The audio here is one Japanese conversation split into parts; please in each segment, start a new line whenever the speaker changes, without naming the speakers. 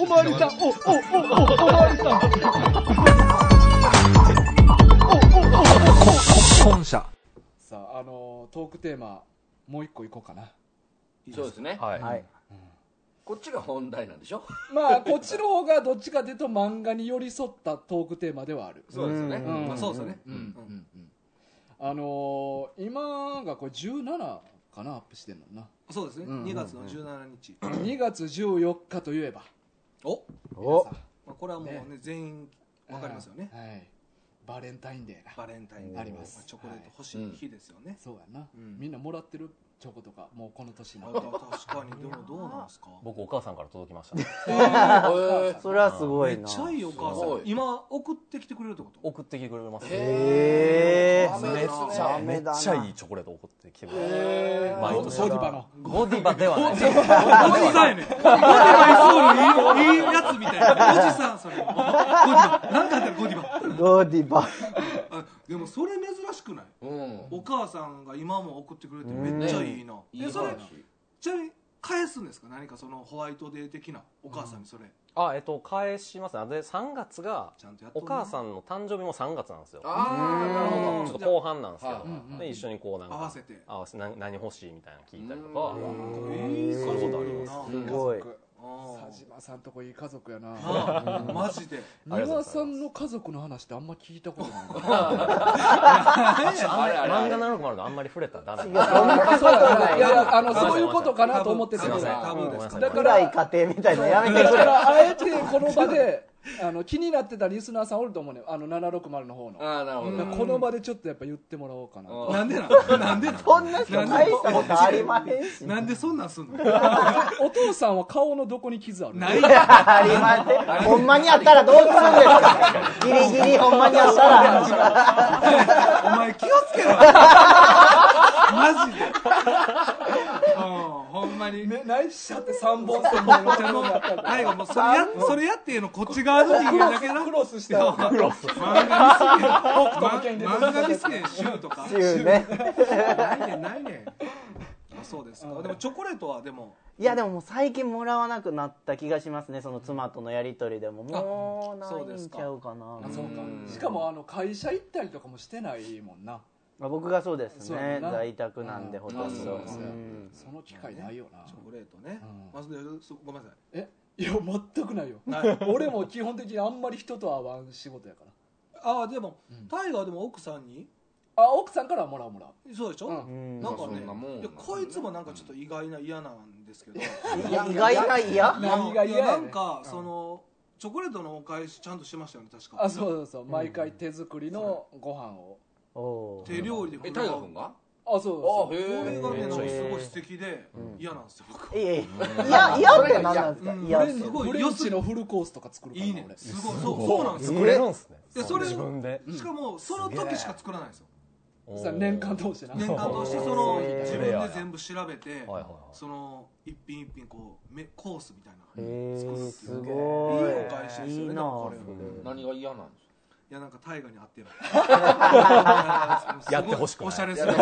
まわりさん、おまわりさん。本社。さあ、トークテーマ、もう一個いこうかな。
そうですね。
はい。
こっちが本題なんでしょ。
まあこっちの方がどっちかというと漫画に寄り添ったトークテーマではある。
そうですよね。
まあそうですよね。
今がこれ17かな、アップしてんのな。
そうですね。2月の17日。
2月14日といえば。
これはもうね全員わかりますよね。
はい。バレンタインデーが。
バレンタインデーあります。チョコレート欲しい日ですよね。
そうやな。みんなもらってるチョコとかもうこの年にな
確かに。でもどうなんですか。
僕お母さんから届きました。
それはすごいな。
めっちゃいいお母さん。今送ってきてくれるってこと？
送ってきてくれます。
め
っちゃいいチョコレート送ってきてくれる。毎年。
ゴディバの。
ゴディバではない。
ゴディバやね。ゴディバイソールいいやつみたいな。おじさんそれ。ゴディバ。なんかあったらゴディバ。
ゴディバ。
でもそれ珍しくない？お母さんが今も送ってくれてめっちゃいいな。それちなみに返すんですか？何かそのホワイトデー的なお母さんにそれ。
返しますね。で3月がお母さんの誕生日も3月なんですよ。
なるほど。
ちょっと後半なんですけど、で一緒にこうなんか
合わせて
何欲しいみたいなの聞いたりとか、
そう
いうことあります。
すごい。
佐島さんとこいい家族やな。
マジで。
庭さんの家族の話ってあんま聞いたことない。
漫画なのかもあるのあんまり触れたらダメ。
そういうことかなと思ってたけど。
多分です。
だか
暗い家庭みたいなのやめてくれ。
あえてこの場で気になってたリスナーさんおると思うね。760の方の。
なるほど。
この場でちょっとやっぱ言ってもらおうかな。
なんで
そんな人大したことありまへんし。
なんでそんなんすんの？
お父さんは顔のどこに傷ある？
ない。
ありません。ほんまにあったらどうするんですか？ギリギリほんまにあったら。
お前気をつけろ。マジで。ほんまに。
ないしゃって3本線での手のやったんだ。
大悟もうそれやっていうのこっち側の人間だけな。
クロスした
漫画にすげえシューとか。
シューね。
ないねん。そうですか。でもチョコレートはでも。
いやでももう最近もらわなくなった気がしますね。その妻とのやり取りでももうないんちゃうかな。
そうか。しかも会社行ったりとかもしてないもんな。
僕がそうですね。在宅なんでほとんど。
その機会ないよな。
チョコレートね。ごめんなさい。
いや全くないよ。俺も基本的にあんまり人と会わん仕事やから。
でもタイガーでも奥さんに。
奥さんからはもらう。
そうでしょ。なんかね、こいつもなんかちょっと意外な嫌なんですけど。
意外な嫌？
何が嫌やねん。
なんかそのチョコレートのお返しちゃんとしましたよね確か。
そう毎回手作りのご飯を
手料理で。
タイガー君が？
そう。
これがねなんかすごい素敵で嫌なんですよ僕。
嫌って何なんですか？
すごい
フレンチのフルコースとか作るから。
いいね。すごいそうなんですよ。
作れるんですね。
自分で。しかもその時しか作らないんですよ。
年間通してな。
年間通してその自分で全部調べてその一品一品こうコースみたいな作るっていう。
すごい。
いいお返しですよね。
何が嫌なんですか？
いやなんか大河に合ってる。
やってほしくない。
おしゃれすぎて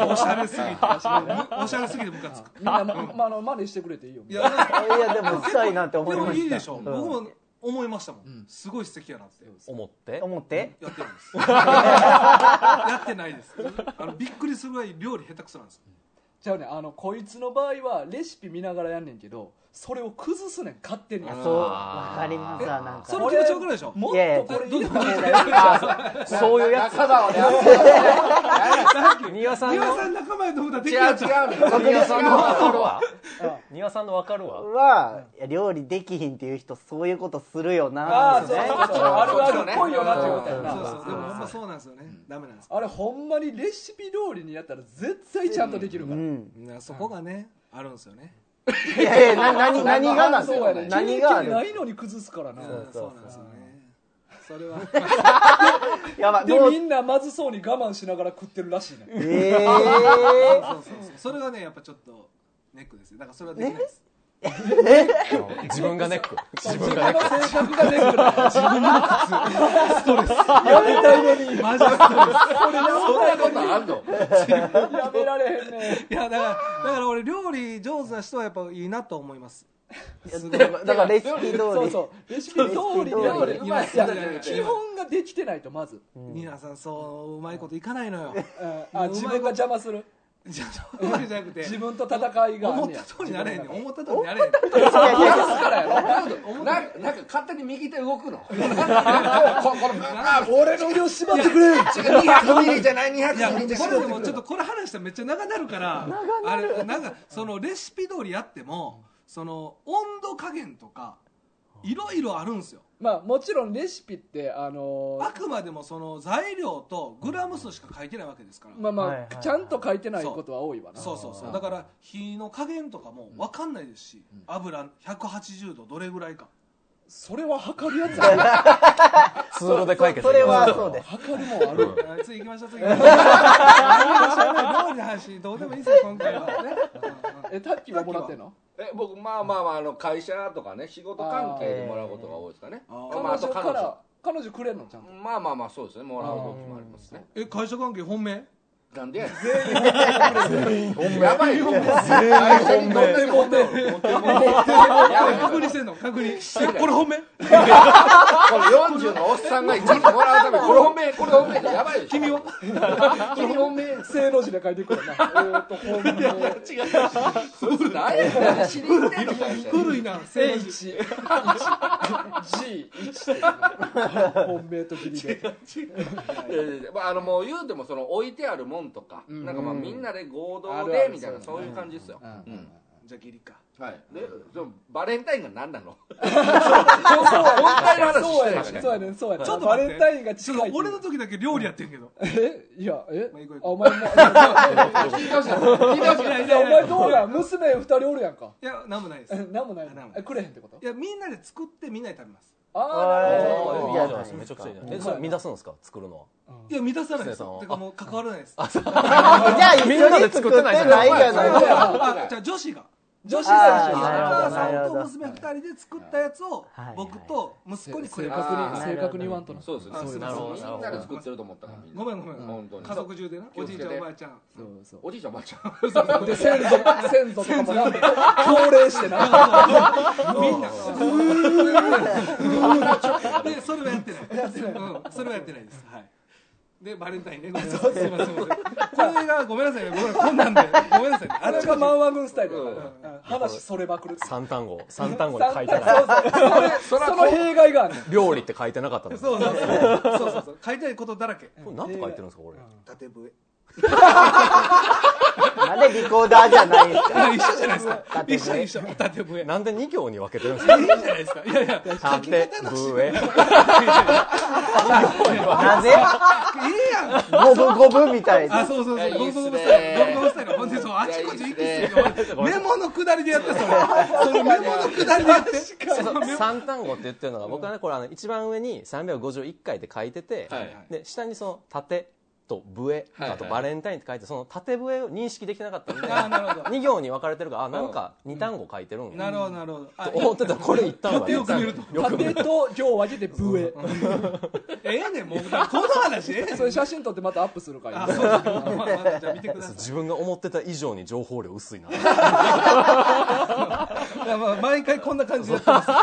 ムカつく。
みんな真似してくれていいよ。
いやでもしたいなって思いました。
でもいいでしょ。僕も思いましたもん。すごい素敵やなって
思って
やってるんです。やってないです。びっくりするぐらい料理下手くそなんです。
じゃあねこいつの場合はレシピ見ながらやんねんけどそれを崩すねん勝手に。
そうわかりますわ。なんか
その気持ちわかるでしょ。
もっとこれ入れた方がいい。
そういうやつ。
庭さん仲間やと思ったらでき
違う
庭さんの分かるわ。庭さんの分かるわ。
料理できひんっていう人そういうことするよな。
あるあるっぽいよなってことやな。
でもほんまそうなんですよね。ダメなんです。
あれほんまにレシピ通りにやったら絶対ちゃんとできるから。
そこがねあるんですよね。
いや何がなんですか？何がある？
ないのに崩すからな。
そうなんですよね。それは
でみんなまずそうに我慢しながら食ってるらしいね。
それがねやっぱちょっとネックですよ。だからそれはできないです。
自分がネック。
自分の性格がネックだ。
自分のストレス。
やめたいのに。
マジストレス。
そんなことあんの？
やめられへんね。
いやだから俺料理上手な人はやっぱいいなと思います。
だからレシピ通り
そうそうレシピ通りでやっぱり
うまい
基本ができてないとまず
皆さんそううまいこといかないのよ。
自分が邪魔する
じゃなくて
自分と戦いが
思った通りなれへんねん。思った通りなれへん。
なんか勝手に右手動くの。
俺の腕を縛ってくれ
200ミリじゃない200ミリ
いや
じゃない。
これでもちょっとこれ話したらめっちゃ長なるからあれなんかそのレシピ通りやってもその温度加減とかいろいろあるんですよ。
まあもちろんレシピって
あくまでもその材料とグラム数しか書いてないわけですから。
まあまあ、
はいはいはい
ちゃんと書いてないことは多いわな。
そうだから火の加減とかも分かんないですし、油180度どれぐらいか
それは測るやつあ
ツールで解決
それ
できます
はそうです。
測るもんある
次行きましょう次行きましょう料理の話どうでもいいですよ今回はね。
タッキーはもらってんの？
僕まあ会社とかね仕事関係でもらうことが多いですかね。
彼女から彼女くれんのちゃんと？
まあそうですねもらう時もありますね。
会社関係本命
なんでや
全員本命
やばいよ。
全員本命
確認してんの確認これ本命
この40のおっさんが1日もらうためにこれ本命ってやばいでしょ。
君は
君本命
正の字で書いてくるな。本命
そいつ何や知りに行ってんの会社に。
古いな正字
G1 本命と義理で
もう言うてもその置いてあるもんとかなんかまあみんなで合同でみたいなそういう感じですよ。
じゃあギリか
はいでそのバレンタインが何なの？
本当の話してるそうやねちょっとバレンタインが近い。
俺の時だけ料理やってんけど
いやお前も
聞いてほしい
お前どうや娘2人おるやんか。
いやなんもないです
なんもないくれへんってこと？
いやみんなで作ってみんなで食べます。
ああなるほど。
いいじゃないですかめちゃくちゃいいじゃない。それ乱すんですか作るのは？
いや満たさないですてかもう関わらないです。
じゃあ一緒に作ってないじゃないじゃないですか。
じゃあ女子が
が一緒に
お母さんと娘2人で作ったやつを僕と息子にくれます。
正確に言わんとな。
そうですね。みんなで作ってると思ったからみんな。
ごめん
本当に
家族中でなおじいちゃんおばあちゃん
おじいちゃんおばあちゃん
で先祖とかもな強礼してな
みんなでそれはやってないそれはやってないです。はいでバレンタインねごめんなさいすいませんこれがごめんなさいね僕らこんなんでごめんなさいね
あれが漫画軍スタイル話そればくる
3単語に書いてない
その弊害がある
料理って書いてなかったんです
そう書いてないことだらけ。
これ何て書いてるんですかこれ？
縦笛
なんでリコーダーじゃないですか。
一緒じゃないですか一緒縦笛
なんで2行に分けてるんですか？
いいじゃないですかいやいや
縦笛
なぜ五分みたいな。
あそうゴムゴムスタイルほんでそうあちこち行き過ぎメモのくだりでやってそのメモのくだりでやって
3単語って言ってるのが僕はねこれ一番上に351回って書いててで下にその縦と笛あとバレンタインって書いてその縦笛を認識できてなかったんで2行に分かれてるからなんか2単語書いてるんや
なるほど
と思ってたらこれ1単語
よく見ると
縦と行を分けて笛
ええねんもうこの話
それ写真撮ってまたアップするから
じゃあ見てください。
自分が思ってた以上に情報量薄いな
毎回こんな感じでやってます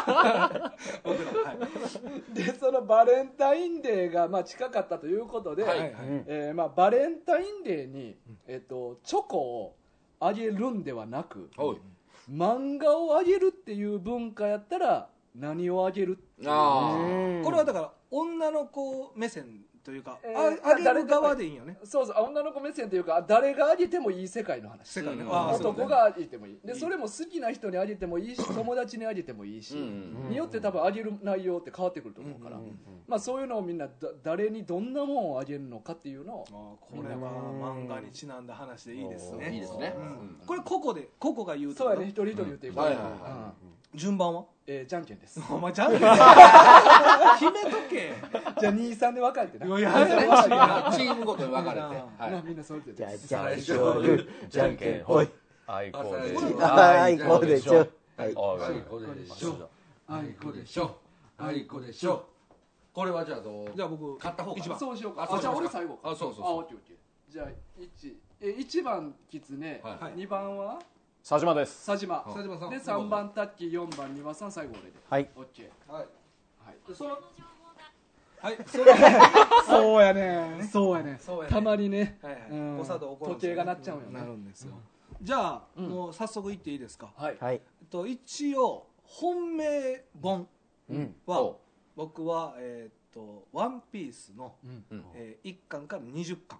でそのバレンタインデーがまあ近かったということでまあバレンタインデーにチョコをあげるんではなく漫画をあげるっていう文化やったら何をあげるっていう
これはだから女の子目線というかあげる側でいいよね。
そう女の子目線というか誰があげてもいい世界の話。男があげてもいいでそれも好きな人にあげてもいいし友達にあげてもいいしによって多分あげる内容って変わってくると思うからまあそういうのをみんな誰にどんなものをあげるのかっていうのを
これは漫画にちなんだ話でいいですね。
いいですね。
これ個々が言うと
そうやね一人一人言っていく
順番は
じゃんけんです。
お前じゃんけん決めとけ。
じゃあ2-3で分かれてな
チームごとに分かれて
みんなそれぞれ
じゃあ最初グーじゃんけんほい。
あいこ
でしょ。
あいこでしょあいこでしょあいこでしょ。これはじゃあ
じゃあ僕
買った方
1番
そうしようか。じゃあ俺最後か。
そう
オッケーじゃあ1番きつね2番は
佐島です。
佐島
さん
で3番タッキー、4番三輪さん、最後俺で。
はい。
オッケー。
はい。そのはい。
そうやね。そうやね。たまにね。
誤作動起こる。
時計が鳴っちゃうよね。
なるんですよ。じゃあもう早速言っていいですか。
はい。
一応本命本は僕はワンピースの1巻から20巻。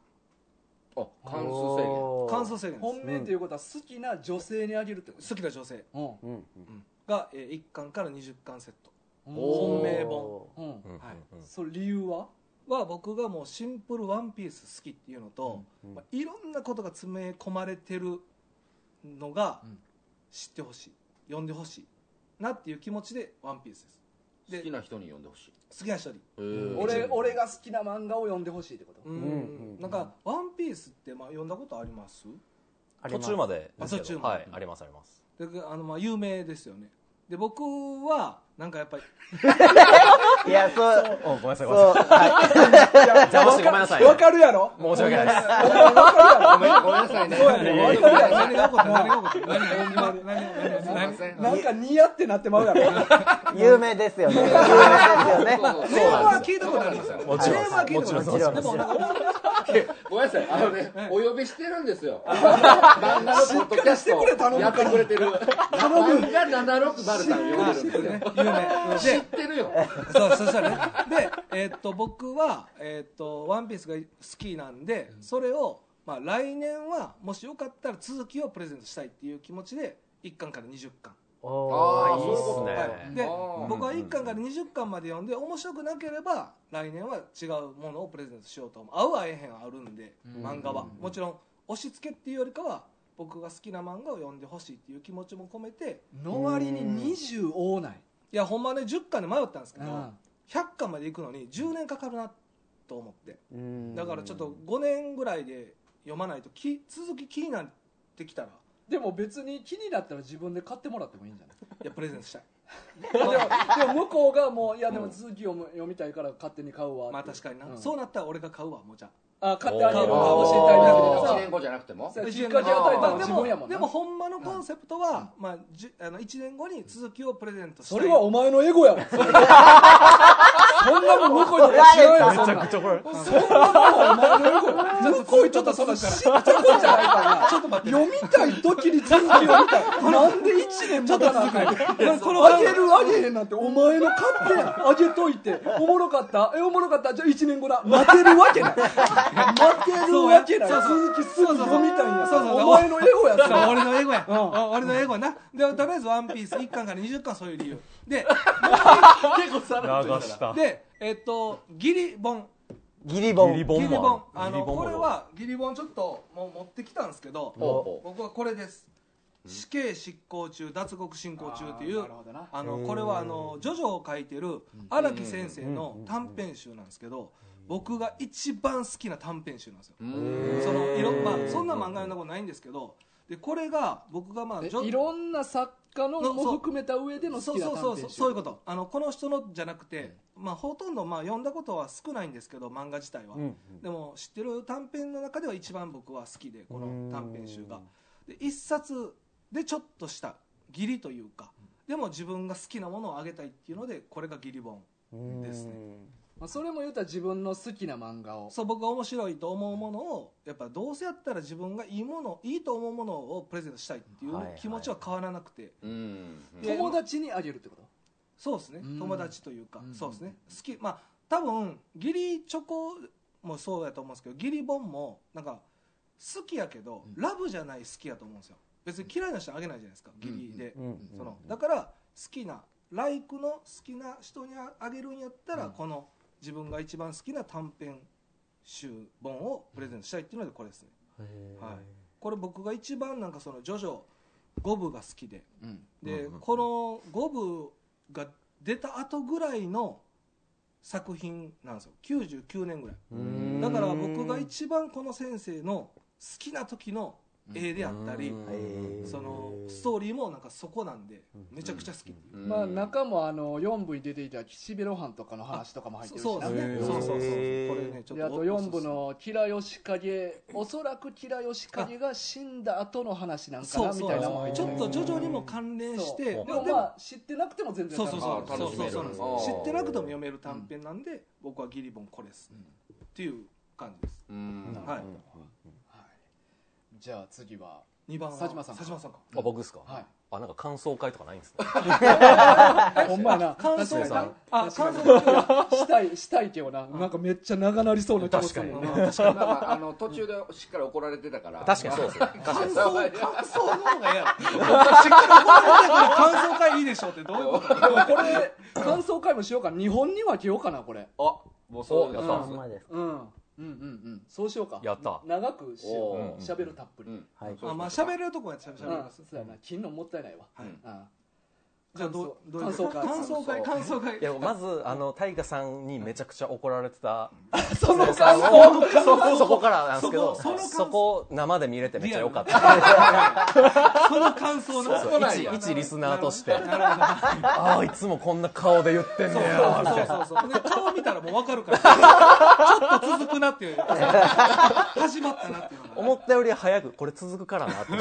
関数制限。
本命ということは好きな女性にあげるってこと。
好きな女性が1巻から20巻セット。本命本。それ理由は僕がもうシンプルワンピース好きっていうのと、いろんなことが詰め込まれてるのが知ってほしい、読んでほしいなっていう気持ちでワンピースです。
好きな人に読んでほしい。
好きな人に。
俺が好きな漫画を読んでほしいってこと。
なんかワンピースって読んだことあります？
途中までですけど。
途中まで。
はい、ありますあります。
で有名ですよね。で僕はなんかやっぱり
いやそう、
ごめんなさいごめんなさい。邪魔してごめんなさい。
わかるやろ。
申し訳ないです。
ごめんなさいね。
何が起こった
なんかニヤってなってまうやろ。
有名ですよね。有名ですよね。
ネームは聞いたことありますよ。
もちろん。
でも
ごめんなさい、お呼びしてるんですよ。漫画のポッドキャストやってくれてる。漫画760さん呼んでるんですよ。
有名。
知ってるよ。
そしたらね。で、僕はワンピースが好きなんで、それを来年はもしよかったら続きをプレゼントしたいっていう気持ちで1巻から20巻。
いいっすね。
で僕は1巻から20巻まで読んで面白くなければ来年は違うものをプレゼントしようと思う。合う合えへんあるんで、漫画はもちろん押し付けっていうよりかは僕が好きな漫画を読んでほしいっていう気持ちも込めて。
の割に20多ない。
いやほんまね10巻で迷ったんですけど、100巻まで行くのに10年かかるなと思って、だからちょっと5年ぐらいで読まないと続き気になってきたら。
でも別に気になったら自分で買ってもらってもいいんじゃない？
いやプレゼントしたい。
でも向こうがもういやでも続きを読みたいから勝手に買うわ。
まあ確かにな。そうなったら俺が買うわもうじゃ
あ。買ってあげるわ。教えてあげる。
1年後じゃなくても。
きっかけ与えたの自分やもんな。
でもほんまのコンセプトは1年後に続きをプレゼントしたい。
それはお前のエゴやわ。そんなもん向こうに違うよ。
めちゃくちゃこれ。
そんなもんお前のエゴや。向こうにちょっとその知ったことじゃないからな。ちょっと待って。読みたい時に続きを見たい。なんで1年待たなあかんの。あげるあげへんなんてお前の勝手や。あげといておもろかったおもろかったじゃあ1年後な。待てるわけない。待てるわけない。続きすぐ読みたいんや。お前のエゴや。
俺のエゴや。俺のエゴやな。でとりあえずワンピース1巻から20巻そういう理由で。
結構さらっとした。
でギリ本。
ギリ本。
これはギリ本ちょっともう持ってきたんですけど、僕はこれです。死刑執行中脱獄進行中っていうこれはジョジョを書いてる荒木先生の短編集なんですけど、僕が一番好きな短編集なんですよ。そんな漫画読んだことないんですけど、でこれが僕が
いろんな作家のも含めた上での好きな短編集。
そういうこと。この人のじゃなくて、ほとんど読んだことは少ないんですけど漫画自体は、でも知ってる短編の中では一番僕は好きで、この短編集がで一冊でちょっとした義理というか、でも自分が好きなものをあげたいっていうのでこれが義理本ですね。
それも言うたら自分の好きな漫画を、
そう僕が面白いと思うものをやっぱどうせやったら自分がいいと思うものをプレゼントしたいっていう気持ちは変わらなくて、
友達にあげるってこと？
そうですね、友達というか、そうですね、好き。多分義理チョコもそうやと思うんですけど、義理本もなんか好きやけど、ラブじゃない好きやと思うんですよ。別に嫌いな人あげないじゃないですか、義理で。だから好きなライクの好きな人にあげるんやったら、この自分が一番好きな短編集本をプレゼントしたいっていうのでこれですね。これ僕が一番なんかそのジョジョ5部が好きで、でこの5部が出た後ぐらいの作品なんですよ。99年ぐらいだから僕が一番この先生の好きな時の絵であったり、そのストーリーもなんかそこなんでめちゃくちゃ好き。
まあ中も4部に出ていた岸辺露伴とかの話とかも入ってるしな。
そうですね。そうこれねちょっと。
あと4部の吉良義景、おそらく吉良義景が死んだ後の話なんかなみたいなのも入ってる。
ちょっと徐々にも関連して、
でもまあ知ってなくても全然
そう知ってなくても読める短編なんで、僕はギリボンこれですっていう感じです。はい。
じゃあ次は
2番
佐島さんか。
僕ですか。なんか感想会とかないんですか。
ほんまやな。
感想会。
感想会したいけどな。なんかめっちゃ長なりそうな気もする。
確かに途中でしっかり怒られてたから。
確かにそうですね。
感想の方が嫌。しっかり怒られてたから感想会いいでしょってどういうこと。
これ感想会もしようか。日本には来ようかなこれ。
もうそうやったんです。そうしようか。
やった。
長くしよう。喋るたっぷり。
まあ喋れるとこは喋ります。
そうやな。切るのもったいないわ。
じゃあどう
感想会。
いやまず大河さんにめちゃくちゃ怒られてた。
その感想。
そこからなんですけど、そこ生で見れてめっちゃ良かった。
その感想の
一リスナーとして、ああいつもこんな顔で言ってんねや。
そうで顔見たらもう分かるから。ちょっと続くなっていう。始まったなっていうのが。
思ったより早くこれ続くからなって。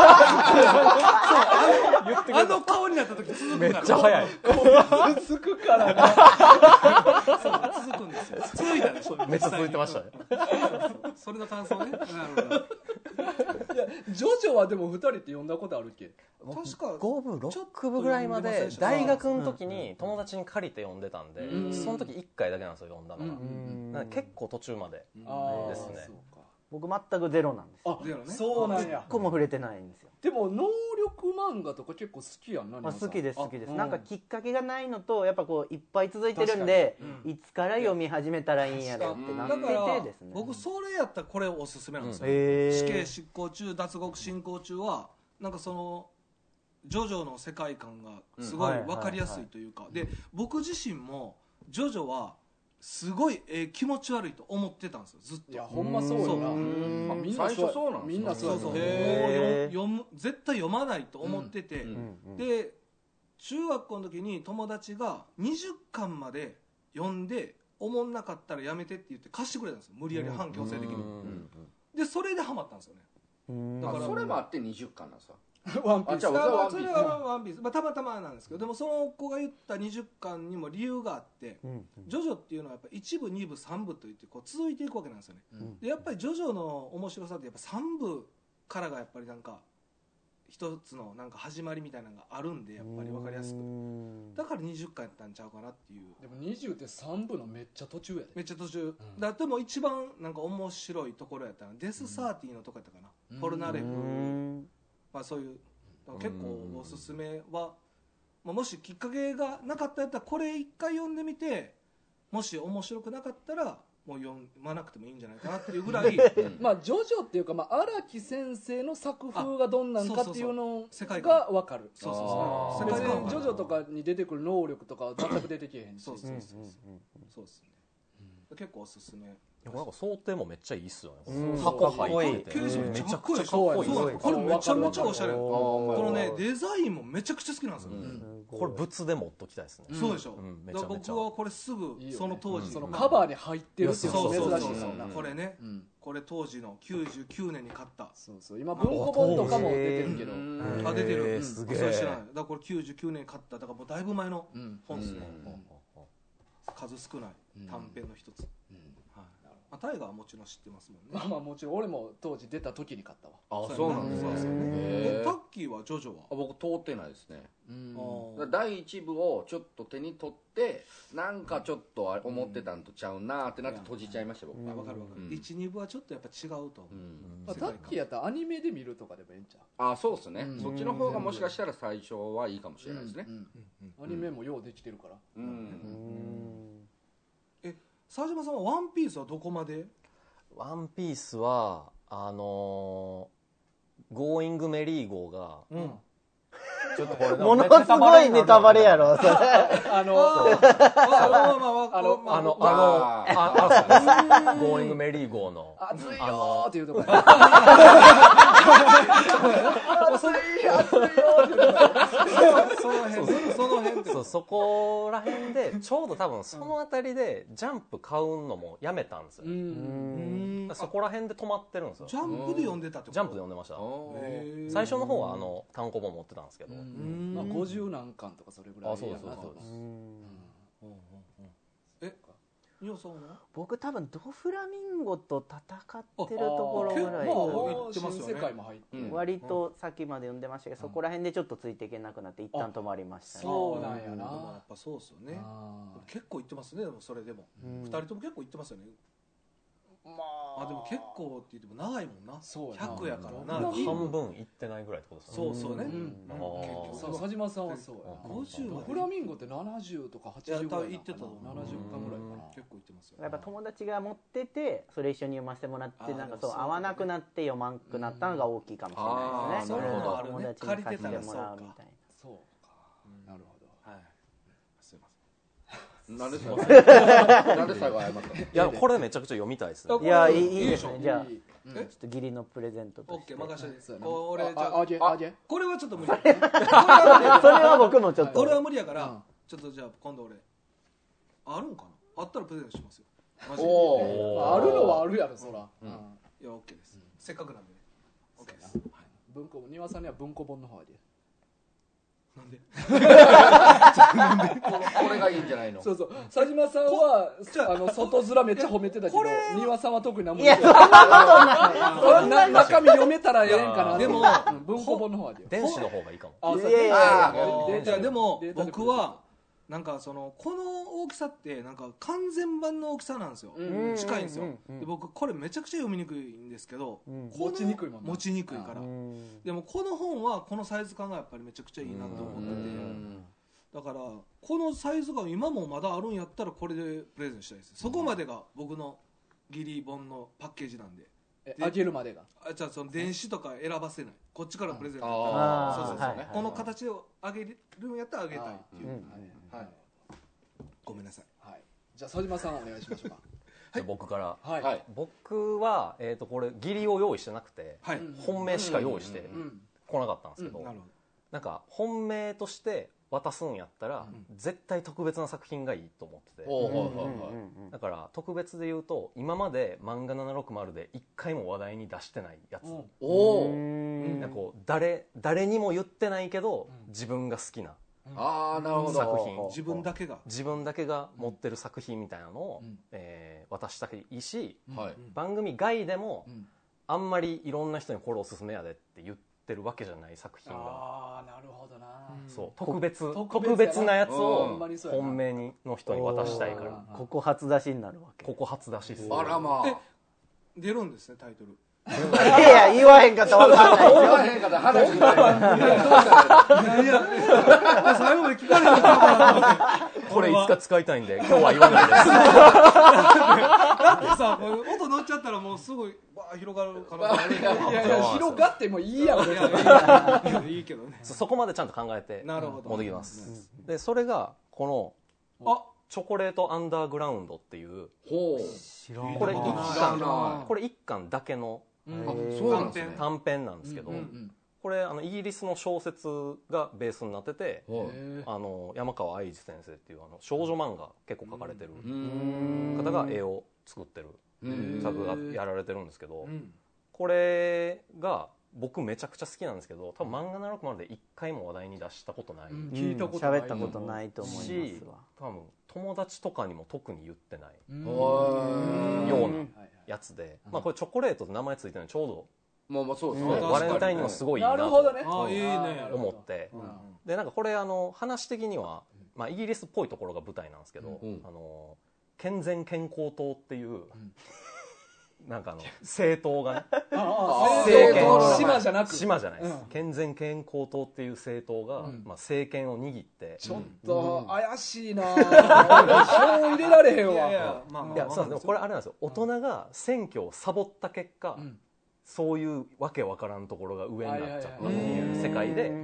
あの顔になった時続くから。
めっちゃ早い。
続くからな。
続くんですよ。続いたでしょ。
めっちゃ続いてましたね。
それの感想ね。なるほど。
いやジョジョはでも2人って読んだことあるっけ。
確か
5部6部ぐらいまで大学の時に友達に借りて読んでたんで、その時1回だけなんですよ読んだのが。結構途中までですね。
僕全くゼロなんです。
ゼロね。
そうなんや。
1個も触れてないんですよ。
でも能力漫画とか結構好きやんな。
好きです。なんかきっかけがないのとやっぱこういっぱい続いてるんで、いつから読み始めたらいいんやろってなっててですね。
僕それやったらこれおすすめなんですよ。死刑執行中脱獄進行中はなんかそのジョジョの世界観がすごい分かりやすいというか、で僕自身もジョジョはすごい気持ち悪いと思ってたんですよずっと。
いやほんまそうよな。
みんなそうなんです。
みんなそう。
絶対読まないと思ってて、で中学校の時に友達が20巻まで読んでおもんなかったらやめてって言って貸してくれたんですよ、無理やり半強制的に。でそれでハマったんですよね。
だからそれもあって20巻なんですか。
ワンピース。
それがワンピース、たまたまなんですけど、でもその子が言った20巻にも理由があって、ジョジョっていうのはやっぱ1部2部3部といってこう続いていくわけなんですよね。でやっぱりジョジョの面白さってやっぱ3部からがやっぱりなんか一つのなんか始まりみたいなのがあるんで、やっぱり分かりやすく、だから20巻やったんちゃうかなっていう。
でも20って3部のめっちゃ途中やで。
めっちゃ途中、だでも一番なんか面白いところやったのデスサーティのとこやったかな、ポルナレフ、まあそういう結構おすすめは、まあ、もしきっかけがなかったやったらこれ一回読んでみて、もし面白くなかったらもう読まなくてもいいんじゃないかなっていうぐらい
まあジョジョっていうか、まあ荒木先生の作風がどんなんかっていうのが分かる。そうそうそう。別にジョジョとかに出てくる能力とかは全く出てけへんし。そうですね。
結構おすすめ。
なんか想定もめっちゃいいっすよね。
箱っぽい。
めちゃくちゃかっこいい。
これめちゃめちゃおしゃれ。このねデザインもめちゃくちゃ好きなんですよ。
これ物で持っときたいですね。
そうでしょ。僕はこれすぐその当時
そのカバーに入ってるっていうの珍しいですよね。
これね、これ当時の99年に買った。
そうそう。今文庫本とかも出てるけど。
あ出てる。
すげえ。
それ知らない。だからこれ99年に買った。だからもうだいぶ前の本ですね。数少ない短編の一つ。タイガーはもちろん知ってますもんね。
まあまあもちろん俺も当時出た時に買ったわ。
あ、そうなんですね。
タッキーはジョジョは
僕通ってないですね。第1部をちょっと手に取ってなんかちょっと思ってたんとちゃうなってなって閉じちゃいました僕。
わかるわかる。1、2部はちょっとやっぱ違うと。
タッキーやったらアニメで見るとかでもいいんちゃう。
あ、そうですね。そっちの方がもしかしたら最初はいいかもしれないですね。
アニメもようできてるから。
沢島さんはワンピースはどこまで？
ワンピースはゴーイングメリー号が、
ち
ちょっとこれ
ものすごいネタバレやろそれ
ゴーイングメリーゴーの
熱いよーっていうところ
そこら辺でちょうど多分その辺りでジャンプ買うのもやめたんですよ。そこら辺で止まってるんですよ。
ジャンプで読んでたってこと？
ジャンプで読んでました。最初の方は単行本持ってたんですけど、
50何巻とかそれぐらい。
そうです。
ニオさんは？
僕多分ドフラミンゴと戦ってるところぐらい、
新世界も入って
割と先まで読んでましたけど、そこら辺でちょっとついていけなくなって一旦止まりましたね。
そうなんやな。
やっぱそうですよね。結構行ってますね。でもそれでも2人とも結構行ってますよね。まあでも結構って言っても長いもんな。100やからな。
半分行ってないぐらいってことですね。
そうね。
佐島さんはそうや。50フラミンゴって70とか80ぐらい。
行ってた。70
巻ぐらいかな。
結構行ってますよ。
やっぱ友達が持っててそれ一緒に読ませてもらってなんかそう合わなくなって読まんくなったのが大きいかもしれないですね。
なるほど。
友達に貸してもらうみたいな。
そうか。なるほど。
はい。すいません。
なんで最後謝ったの？
いやこれめちゃくちゃ読みたいですね。
いやいいですね。じゃあちょっと義理のプレゼントとして。
オッケー任せて。
俺じゃあ
これはちょっと無理。そ
れは僕もちょっと。
俺は無理やからちょっとじゃあ今度俺あるんかな。あったらプレゼントしますよ。マジで。
あるのはあるやろそら。いや
オッケーです。せっかくなんでね。オッケーです。
文庫庭さんには文庫本の方で。
なんで
これがいいんじゃないの？
そう佐島さんは外面めっちゃ褒めてたけど庭さんは特に何も
いやそんなことない
中身読めたらええんかな。
でも
文庫本の方で
電子の方がいいかも。
でも僕はなんかこの大きさってなんか完全版の大きさなんですよ。近いんですよ。で僕これめちゃくちゃ読みにくいんですけど、
持ちにくいもんね。
持ちにくいから。でもこの本はこのサイズ感がやっぱりめちゃくちゃいいなと思ってて、だからこのサイズ感今もまだあるんやったらこれでプレゼンしたいです。そこまでが僕の義理本のパッケージなんで。
あげるまでが。
じゃあその電子とか選ばせない。こっちからプレゼント。この形をあげるんやったらあげたいっていう。はい。ごめんなさい。
はい。じゃあ佐島さんお願いしましょうか。
じゃあ僕から。
はい。
僕はこれ義理を用意してなくて、本命しか用意してこなかったんですけど、なんか本命として渡すんやったら絶対特別な作品がいいと思ってて、だから特別で言うと今まで漫画760で一回も話題に出してないやつ、なんかこう誰にも言ってないけど自分が好きな作品、
自分だけ
が持ってる作品みたいなのを渡したいし、番組外でもあんまりいろんな人にこれおすすめやでって言ってるわけじゃない作品が、
なるほどな。
そう特別なやつを本命の人に渡したいから、
ここ初出しになるわけ。
ここ初出しっす。
あらまあ。
出るんですねタイトル。
いや言わへんかったら分かんない。
言わへんかったら話しない。
いや最後まで聞かれへんかった。
これいつか使いたいんで今日は言わないです。
だってさ音乗っちゃったらもうすごい広がるから。
いや広がってもいいやん。
いいけどね。
そこまでちゃんと考えて持ってきます。でそれがこのチョコレートアンダーグラウンドっていうこれ1巻だけの短編なんですけど、これイギリスの小説がベースになってて、山川愛二先生っていう少女漫画結構描かれてる方が絵を作ってる作画やられてるんですけど、これが僕めちゃくちゃ好きなんですけど、多分漫画760で1回も話題に出したことない、
聞いたことない、
喋ったことないと思いますわ。
多分友達とかにも特に言ってないようなやつで、これチョコレートって名前ついてるのちょうどバレンタインにもすごいいいなと思ってで、なんかこれ話的には、イギリスっぽいところが舞台なんですけど、健全健康党っていうなんか政党がね、
島じゃないです、
健全健康党っていう政党が政権を握って、
ちょっと怪しいな、票入れられへんわ。いや
そうでもこれあれなんですよ、大人が選挙をサボった結果、そういうわけわからんところが上になっちゃったっていう世界で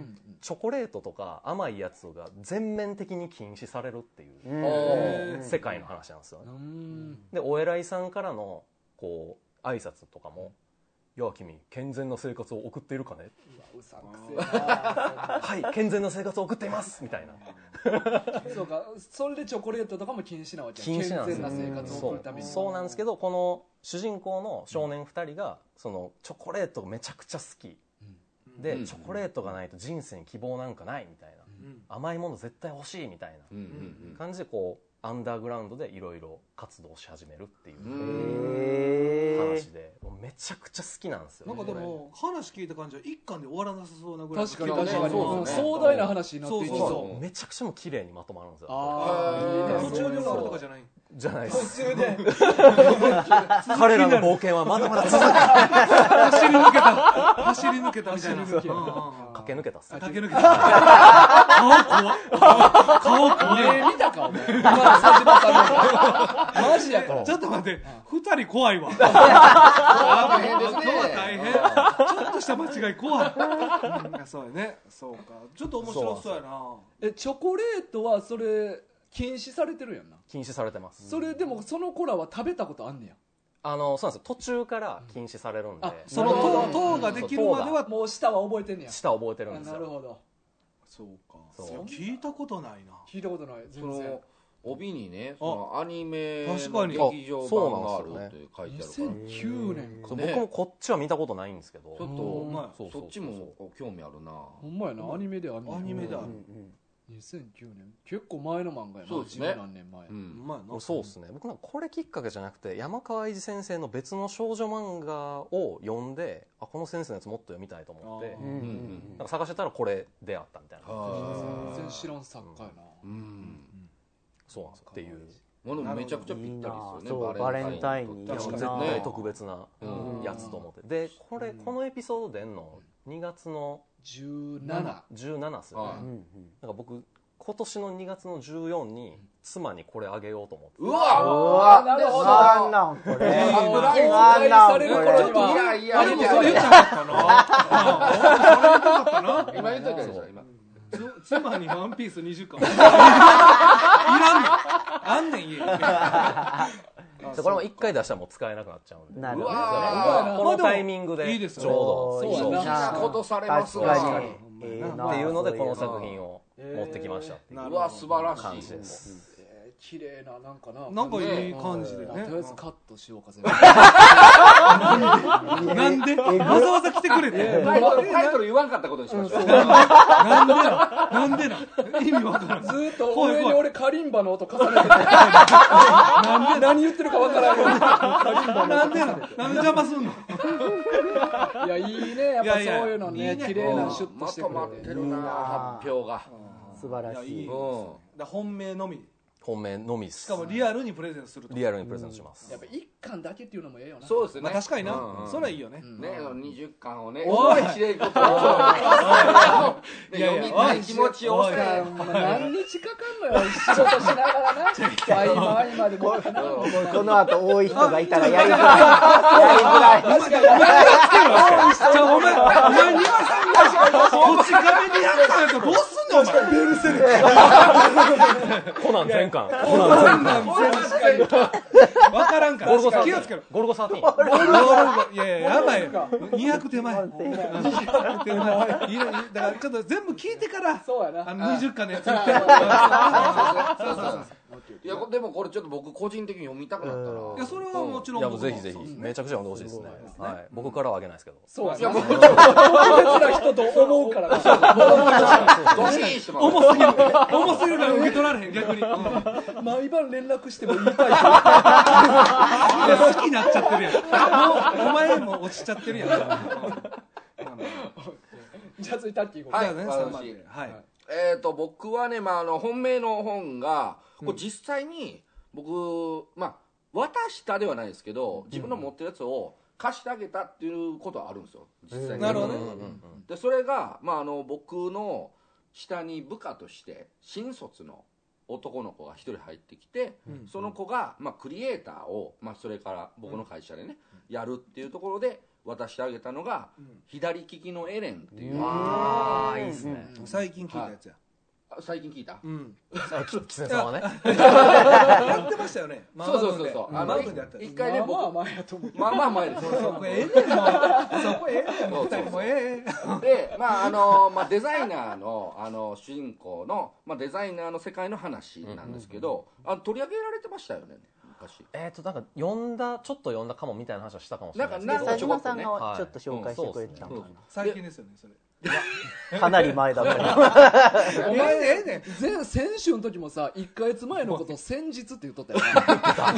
チョコレートとか甘いやつが全面的に禁止されるっていう世界の話なんですよね。でお偉いさんからのこう挨拶とかも「いや君健全な生活を送っているかね?」
うさんくせえな
はい健全な生活を送っていますみたいな
そうか、それでチョコレートとかも禁止なわけ。
禁止なんですよ。
健全な生活を送るために。
そうなんですけど、この主人公の少年2人がそのチョコレートがめちゃくちゃ好きで、チョコレートがないと人生に希望なんかないみたいな、甘いもの絶対欲しいみたいな感じでこうアンダーグラウンドでいろいろ活動し始めるっていう話で、めちゃくちゃ好きなんですよ。
なんかでも話聞いた感じは一巻で終わらなさそうなぐらい。
確かに確かに壮大な話になっていきそう。
めちゃくちゃも綺麗にまとまるんですよ。
途中で終わるとかじゃない。
じゃないです。
途中で
彼らの冒険はまだまだ続く。
走り抜けたみたいな。
駆け抜けたっす。
駆け抜けた。顔怖い。
見たかお前。今の佐島さんのマジやから。
ちょっと待って、2人怖いわ。
大変ですね。
今日は大変。ちょっとした間違い怖い。そうやね。そうか。ちょっと面白そうやな。
チョコレートはそれ禁止されてるやんな。
禁止されてます。
それでもその子らは食べたことあんねや。
そうなんですよ。途中から禁止されるんで、
その糖ができるまでは
もう舌は覚えてんねや。
舌覚えてるんですよ。
なるほど。
そうか。聞いたことないな。
聞いたことない。全然。
帯にね、そのアニメ
の劇
場版があるって書いてあるから。
2009年か。
僕もこっちは見たことないんですけど、
ちょっとそっちも興味あるな。
ほんまやな、アニメである。
アニメである。
2009年結構前の漫画やな。
そうですね。
何年前。
そうですね。僕なんかこれきっかけじゃなくて山川英二先生の別の少女漫画を読んで、この先生のやつもっと読みたいと思ってなんか探してたらこれ出会ったみたいな。
全然知らん作家やな。
そうなんですっていう。
めちゃくちゃぴったりです
よね。バレンタインに
絶対特別なやつと思って。でこのエピソード出んの2月の17っすよね。なんか僕今年の2月の14に妻にこれあげようと思って。
うわ
なるほど。
なんこれ。
される頃には。
いや
でもそれ言っちゃったな。
今言っといたでしょ今。
妻にワンピース20巻。いらんの。あんねん家。
これも1回出したらもう使えなくなっちゃうんで。
なるほど。
このタイミングでちょうど
そうなことされます
わ。
っていうのでこの作品を持ってきましたっていう
うわ素晴らしい
感じです。
綺麗ななんかな。
なんかいい感じでね。
とりあえずカットしようかぜ。
なんでわざわざ来てくれて。
タイトル言わんかったことにしましょう。
なんでな意味わからん。
ずっと上に俺カリンバの音重ねてて何言ってるかわからんよ。
なんで邪魔すんの。
いやいいね、やっぱそういうのね、綺麗なシュッとしてくれて。
まとまってるな発表が。
素晴らしい。
本命のみ。
本命のみです。
しかもリアルにプレゼントすると。
リアルにプレゼントします。
やっぱ一巻だけっていうのもええよな。
そうですね。
確かにな。それはいいよね。
ね、20巻をね、おいきれいこと読みたい気持ちを
何日かかんのよ、仕事しながらな。合間でも。
この後多い人がいたらやりづらい。
確かに。
お前庭さんがこっち壁にやったやつどうすんのお前。ベルセルク。
コナン全巻。
わからんから。気をつけろ。
ゴルゴ13。
いややばい。200手前。200手前。だからちょっと全部聞いてから20巻のやつ言って。
いやでもこれちょっと僕個人的に読みたくなったな。
いやそれはもちろん。
いやもうぜひぜひめちゃくちゃ読んでほしいですね。はい。僕からはあげないですけど。
そう。いや僕特別な人と思うから。
重すぎるから受け取られへん逆に。
毎晩連絡しても言いたい。
好きになっちゃってるやん。お前も落ちちゃってるやん。
じゃあ次タッキー。
はい。僕はね本命の本がこれ実際に僕渡したではないですけど自分の持ってるやつを貸してあげたっていうことはあるんですよ実際に。
なるほどね。
でそれが僕の下に部下として新卒の男の子が一人入ってきて、その子がクリエイターをそれから僕の会社でねやるっていうところで渡してあげたのが左利きのエレンっていう。
ああいいですね。
最近聞いたやつや。
最近聞いた？
キツネさんはね。
やってましたよね。
そう。
マグでやった
一回ね、
まあ前やと思う。
まあ前です。
そこええねんもう。そこええねんもう二人もええ。
で、デザイナーの主人公のデザイナーの世界の話なんですけど、取り上げられてましたよね。昔
なんかちょっと読んだかもみたいな話をしたかもしれないです
なんか
佐島さんがちょっと紹介してくれてたのか
最近ですよねそれ。
な。かなり前だったね。
お前ええねん。
先週の時もさ、1ヶ月前のことを先日って言っとったよな。
言ってた。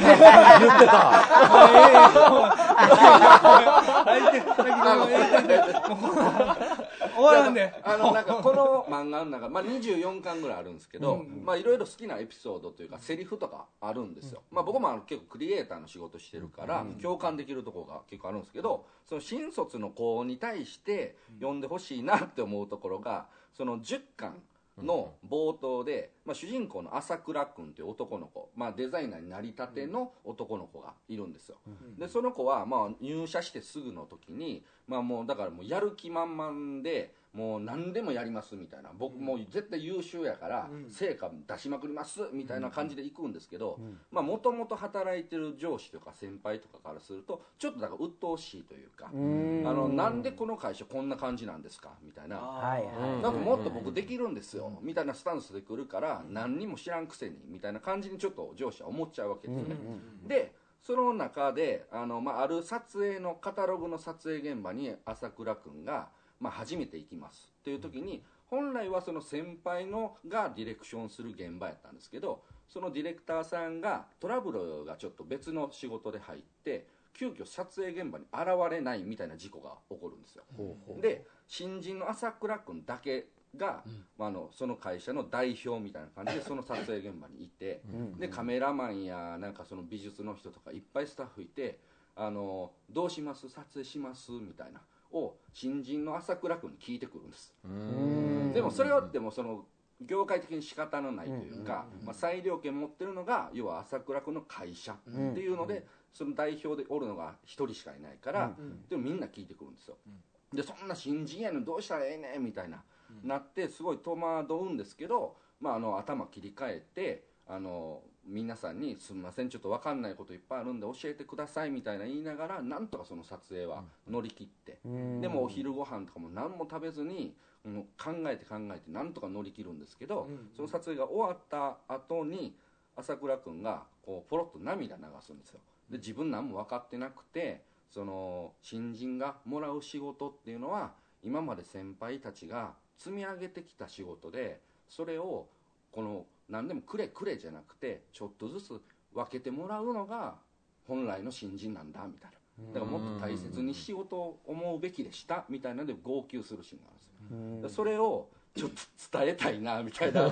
終わらんで。
なんかこの漫画の中、24巻ぐらいあるんですけど、いろいろ好きなエピソードというかセリフとかあるんですよ。僕も結構クリエイターの仕事してるから共感できるところが結構あるんですけど、その新卒の子に対して読んでほしいなって思うところが、その10巻の冒頭で、主人公の朝倉君という男の子、デザイナーになりたての男の子がいるんですよ。でその子は入社してすぐの時に、もうだからもうやる気満々で、もう何でもやりますみたいな、僕もう絶対優秀やから成果出しまくりますみたいな感じで行くんですけど、もともと働いてる上司とか先輩とかからするとちょっとだから鬱陶しいというか、なんでこの会社こんな感じなんですかみたいな、なんかもっと僕できるんですよみたいなスタンスで来るから、何にも知らんくせにみたいな感じにちょっと上司は思っちゃうわけですよね。でその中である撮影のカタログの撮影現場に朝倉君が初めて行きますっていう時に、本来はその先輩のがディレクションする現場やったんですけど、そのディレクターさんがトラブルがちょっと別の仕事で入って急遽撮影現場に現れないみたいな事故が起こるんですよ。で新人の朝倉君だけが、その会社の代表みたいな感じでその撮影現場にいて、でカメラマンやなんかその美術の人とかいっぱいスタッフいて、どうします撮影しますみたいなを新人の朝倉君に聞いてくるんです。でもそれはでもその業界的に仕方のないというか、裁量権持ってるのが要は朝倉君の会社っていうので、その代表でおるのが1人しかいないから、でもみんな聞いてくるんですよ。でそんな新人やのどうしたらええねんみたいな、なってすごい戸惑うんですけど、頭切り替えて皆さんにすみませんちょっと分かんないこといっぱいあるんで教えてくださいみたいな言いながら、なんとかその撮影は乗り切って、でもお昼ご飯とかも何も食べずに考えてなんとか乗り切るんですけど、その撮影が終わった後に朝倉君がこうポロッと涙流すんですよ。で自分何も分かってなくて、その新人がもらう仕事っていうのは今まで先輩たちが積み上げてきた仕事で、それをこの何でもくれじゃなくてちょっとずつ分けてもらうのが本来の新人なんだみたいな、だからもっと大切に仕事を思うべきでしたみたいなので号泣するシーンがあるんですよ。それをちょっと伝えたいなみたいな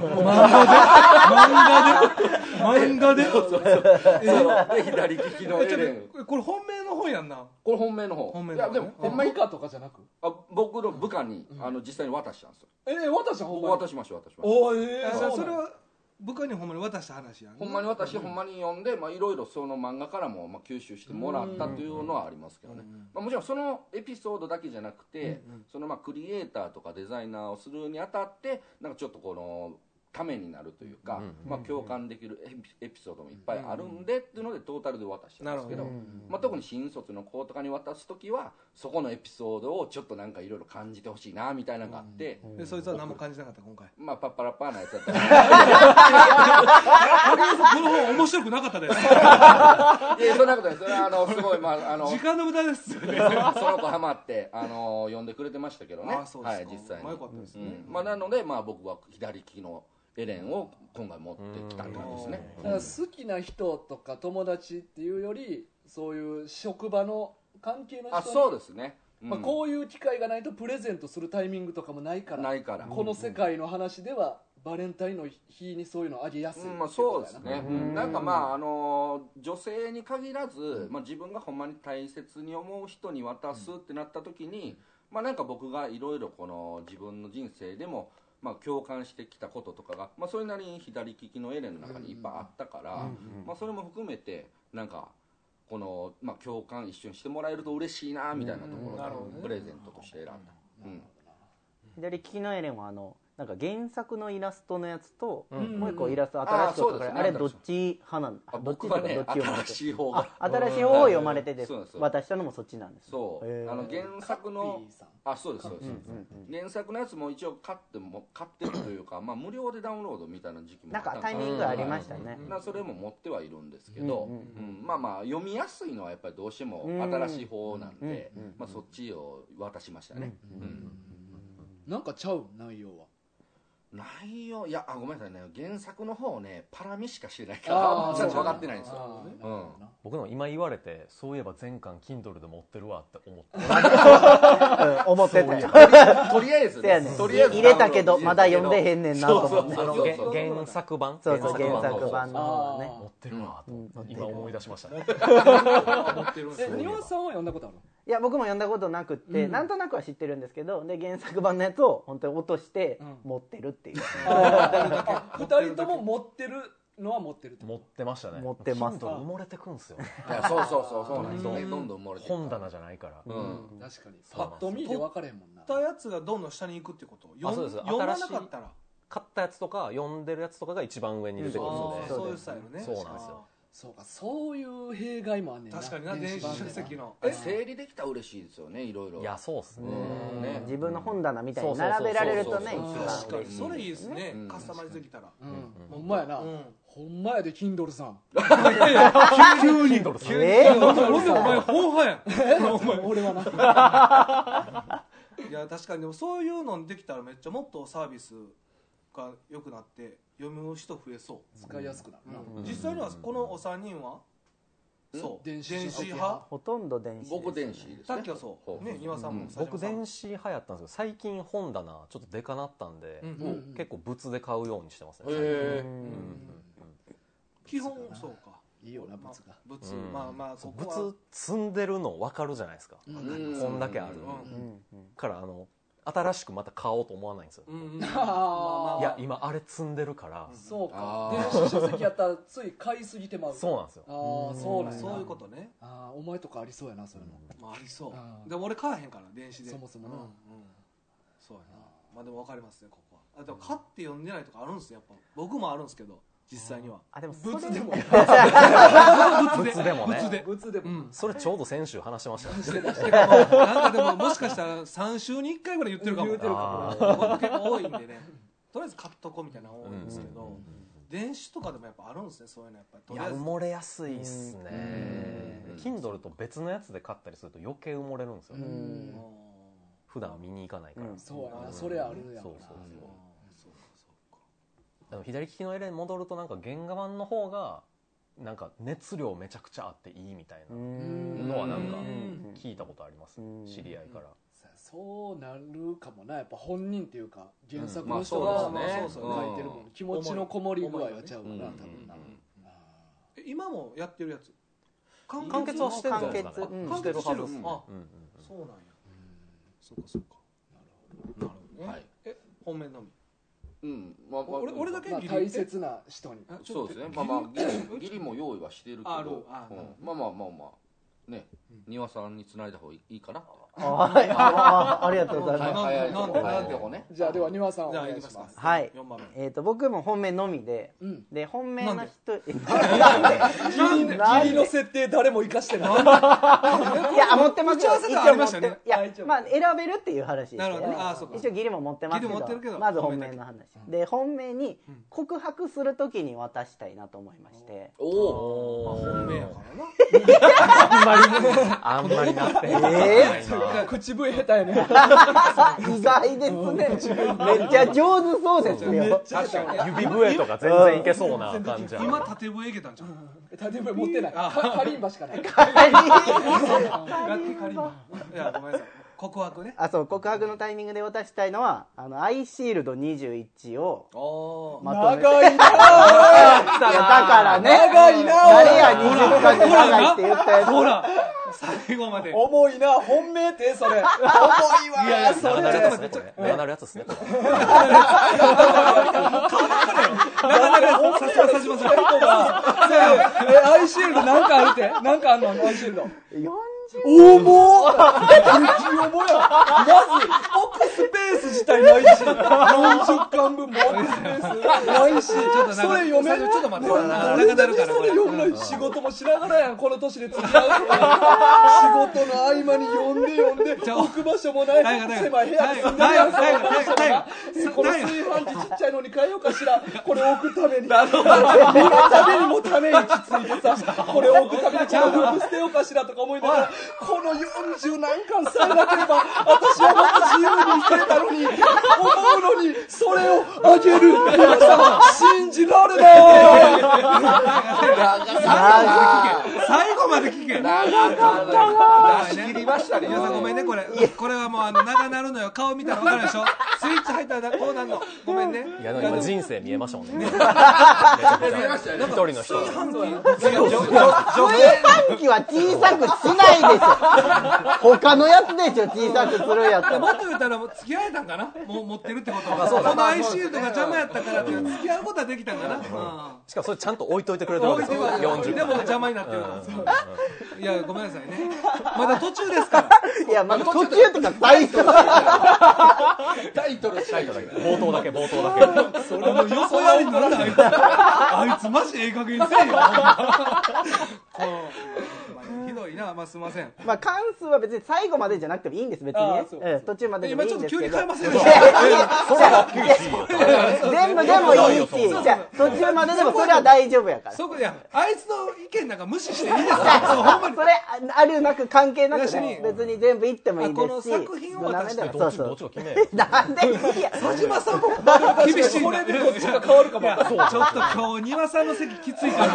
漫画で
で左利きのエレン、
これ本命の本やんな。
これ本命の本。いやでも
ほんまにかとかじゃなく、
僕の部下に実際に渡したんですよ。
渡したほんまに
渡しました。
お
それは部下にほんまに渡した話やん。
ほんまに渡してほんまに読んで、いろいろその漫画からも吸収してもらったというのはありますけどね。もちろんそのエピソードだけじゃなくて、そのクリエイターとかデザイナーをするにあたってなんかちょっとこのためになるというか、共感できるエピソードもいっぱいあるんでっていうのでトータルで渡したんですけど、特に新卒の子とかに渡す時はそこのエピソードをちょっとなんかいろいろ感じてほしいなみたいなのがあって、
でそいつは何も感じなかった今回。
パッパラッパーなやつだった
この本面白くなかったです。
いやそんなことない。それはすごい
時間の無駄ですよね。
その子ハマって読んでくれてましたけどね。
はい、
実際に。
よかったですね。
なので僕は左利きのエレンを今回持ってきた感じですね。
だから好きな人とか友達っていうより、そういう職場の関係の人に、
そうですね。
こういう機会がないとプレゼントするタイミングとかもないから、この世界の話ではバレンタインの日にそういうのあげやすい。
そうですね。なんか女性に限らず、自分がほんまに大切に思う人に渡すってなった時に、なんか僕がいろいろこの自分の人生でも共感してきたこととかが、それなりに左利きのエレンの中にいっぱいあったから、それも含めてなんかこの、共感一緒にしてもらえると嬉しいなみたいなところでプレゼントとして選んだ。
左利きのエレンはなんか原作のイラストのやつと、もう一個イラスト新しいとか、あれどっち派なんですか？
僕はね、新しい方が。
新しい方を読まれてて、渡したのもそっちなんです。
そう。原作の、そうです、そうです。原作のやつも一応買ってるというか、まあ無料でダウンロードみたいな時期も
なんかタイミングありましたね。
それも持ってはいるんですけど、まあまあ読みやすいのはやっぱりどうしても新しい方なんで、まあそっちを渡しましたね。
なんかちゃう内容は。
内容、いや、ごめんなさいね、原作の方ね、パラミしかしてないからちゃんと分かってないんですよ。
僕の今言われて、そういえば前巻 Kindle で持ってるわって思って
思ってたよ。
とりあえず
入れたけどまだ読んでへんねんなと思って。
原作版、
そうそう、原作版の方ね、
持ってるわと今思い出しましたね。
庭さんは読んだことある？
いや、僕も読んだことなくって、なんとなくは知ってるんですけど、で原作版のやつを本当に落として持ってるっていう。
2人とも持ってるのは持ってる。
持ってましたね。
持ってます。
埋もれてくんすよね。
そうなんですよね。どんどん埋もれて。
本棚じゃないから。
確かに。パッと見で分かれへんもんな。
買ったやつがどんどん下に行くってこと？
そうです。
読まなかったら。
買ったやつとか読んでるやつとかが一番上に出てくるので。
そういうスタイルね。
そうなんですよ。
そうか、そういう弊害もあんねんな。
確かにな、電子書籍の
整理できたら嬉しいですよね、いろいろ。
いや、そうっすね。
自分の本棚みたいに並べられるとね、一番
確かにそれいいですね、カスタマイズできたら。
ほんまやな、ほんまやで Kindle さん。
急に Kindle さん。
お前本派やん。
俺はな。
いや、確かにでもそういうのできたらめっちゃもっとサービスが良くなって読む人増えそう。
使いやすくなるな。
実際にはこのお三人はそう電子派。
ほとんど電子。
僕電子ですね。
さっきはそうね、岩さんも。
僕電子派やったんですけど、最近本棚ちょっとでかなったんで、結構物で買うようにしてますね。
基本そうか。
いいよな、物が。
まあまあ、
物積んでるの分かるじゃないですか。こんだけある。から新しくまた買おうと思わないんですよ。いや、今あれ積んでるから。
そうか。電子書籍やったらつい買いすぎてまう。
そうなんですよ。
そうなんや。
そういうことね。
お前とかありそうやな、それも。
まあありそう。でも俺買わへんから、電子で。
そもそもな。
そうやな。まあでも分かりますね、ここは。でも買って読んでないとかあるんですよ、やっぱ。僕もあるんですけど。実際には。
でも
物でも。
物でもね。
物でも。
それちょうど先週話してましたね。
なんかでももしかしたら3週に1回ぐらい言ってるかも。僕結構多いんでね。とりあえず買っとこうみたいなの多いんですけど、電子とかでもやっぱあるんですね、そういうのやっぱり。
いや、埋もれやすいっすね。Kindle と別のやつで買ったりすると余計埋もれるんですよ。普段見に行かないから。
そうやな、それあるやん。
そう。左利きのエレに戻るとなんか原画版の方がなんか熱量めちゃくちゃあっていいみたいなのはなんか聞いたことあります、知り合いから。
そうなるかもな、やっぱ本人っていうか原作の人が書いてるもん、気持ちのこもり具合はちゃうかな、多分な。
今もやってるやつ
完結はしてるじゃないですか。
完結してる。そうなんや。そうか。なるほどね。本命のみ。俺だけ
大切な人に。
そうですね。まあギリも用意はしてるけど、まあね、庭さんに繋いだ方がいいかな。
ありがとうございます。
なんで
じゃあでは庭さんお願いします。
はい。僕も本命のみで、本命の人
ギリの設定誰も生かしてない。
いや、持ってますよ。
一応ありましたね。
いや、まあ選べるっていう話ですよね。一応ギリも持ってますけど、まず本命の話で、本命に告白するときに渡したいなと思いまして。
本命やからな。
あんまりなって
口笛下手やね。
意外ですね。めっちゃ上手そうですよ。
指笛とか全然いけそうな感じ。
今縦笛いけたんじゃん。
縦笛持ってない。カリンバしかない。
カリンバ。いや、ごめんなさい。告白ね。
そう、告白のタイミングで渡したいのはアイシールド21をまとめて。
長いな。
だからね。
長いな。
誰や20巻で長いって言ったやつ。
ほら、最後まで。
重いな、本命ってそれ。重いわ。
いや、
それちょっと待って、長なるやつですね。
アイシールドなんかあるって？なんかあんの？アイシールド。
40。
重っ！激重や。まず、置くスペース自体ないし40巻分もないしそれ読める
ちょっと待って
俺だけそれ読むの仕事もしながらやんこの年で付き合う仕事の合間に読んで置く場所もない狭い部屋に住んでるやんこの炊飯器ちっちゃいのに変えようかしらこれ置くために見るためにもため息ついてさこれ置くためにこの服捨てようかしらとか思いながらこの40何巻さえなければ私はもっと自由に生きれたのに思うのにそれをあげる皆さん信じられない
最後まで聞け
長かった仕切りましたね
皆さんごめんねこれはもう長なるのよ顔見たら分かるでしょスイッチ入ったらこうなんのごめんね
いやでも今人生見えましたもんね一人の人
炊飯器は小さくしないでしょ他のやつでしょ小さくするやつ
もっと言ったら付き合えたんかなもう持ってるってことはこのアイシールドが邪魔やったからって付き合うことはできたんかな
しかもそれちゃんと置いといてくれてるわけですよ40
でも邪魔になってるいやごめんなさいねまだ途中ですから
いやまだ途中っていうか最初
タイトル
冒頭だけ
それも横やりにならないあいつマジええ加減せえよひどいなまあすいません
まあ関数は別に最後までじゃなくてもいいんです別にね途中まででもいいんですけど
今ちょっと急に変えませんでした
全部でもいいしじゃあ途中まででもそれは大丈夫やから
そこであいつの意見なんか無視していいですか
それあるなく関係なくね別に全部言ってもいいですし
この作品を渡して
どっちを決める
なんでいや
佐島さんも厳しいこれでどっちが変わるかもちょっと今日庭さんの席きついから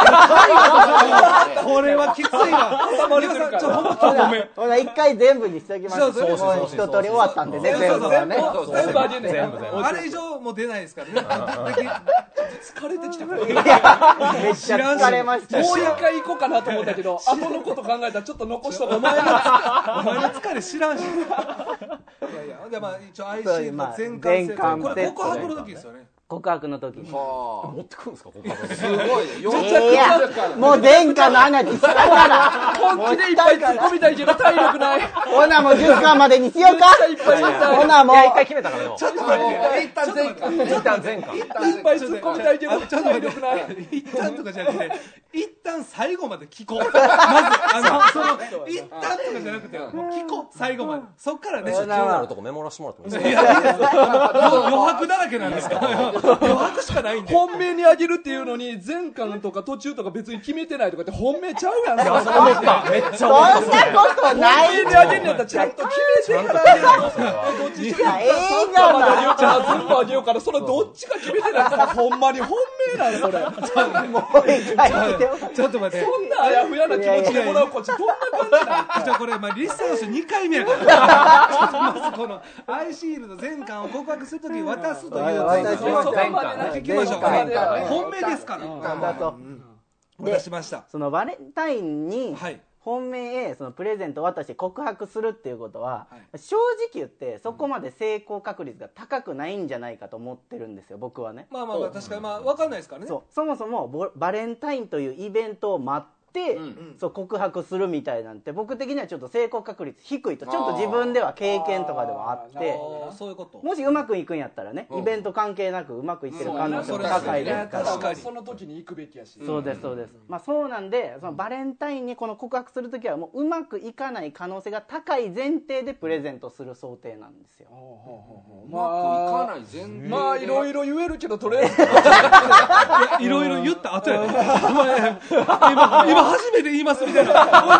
これはきついわ庭さんちょっとほんま今日ごめん
ほら一回全部にしときましょうもう一通り終わったんでね全部はね
全部あげんねん
あれ以上も出ないですからね
疲れてきたから
めっちゃ疲れました
もう一回行こうかなと思ったけど後のこと考えたらちょっと残しとこう
お前の疲れ知らんしいやいやでまあ一応 IC の全巻これ告白の時ですよね
告白の時に
持ってくるんですか告白
すごい
いやもう前科の話したから
本気でいっぱい突っ込みたいけど体力ない
ほなもう10巻までにしようかほなもう
一回決めたからでも
ちょっと待って
一旦前回
いっぱい突っ込みたいけど体力ない
一旦とかじゃなくて一旦最後まで聞こうまず一旦とかじゃなくて聞こう最後までそっからね
気になるとこメモらせてもらってもいいですか
余白だらけなんですか余白しかないんで
本命にあげるっていうのに前巻とか途中とか別に決めてないとかって本命ちゃうやん
めっちゃ
めっちゃそんなことない
本命にあげるんやったらちゃんと決めてからあげるどっちにしようか3巻まであげようか全部あげようからそれどっちか決めてないからほんまに本命なんそれ
もう一回
ちょっと待って
そんなあやふやな気持ちでもらうこっちどんな感じなん
じゃあこれリスナーの人2回目やからまずこのアイシールド全巻を告白するときに渡すという聞きましょう本命ですから渡しました
そのバレンタインに本命へそのプレゼントを渡して告白するっていうことは正直言ってそこまで成功確率が高くないんじゃないかと思ってるんですよ僕はね
まあまあ確かにまあ分かんないですからね
そもそもバレンタインというイベントを待ってそう告白するみたいなんて僕的にはちょっと成功確率低いとちょっと自分では経験とかでもあって
そういうこと
もしうまくいくんやったらねイベント関係なくうまくいってる可能性も高いですから
その時に行くべきやし
そうですそうですまあそうなんでそのバレンタインにこの告白する時はもううまくいかない可能性が高い前提でプレゼントする想定なんですよ
うまくいかない前提
まあいろいろ言えるけどとりあえず
いろいろ言った後やね今初めて言いますみたいな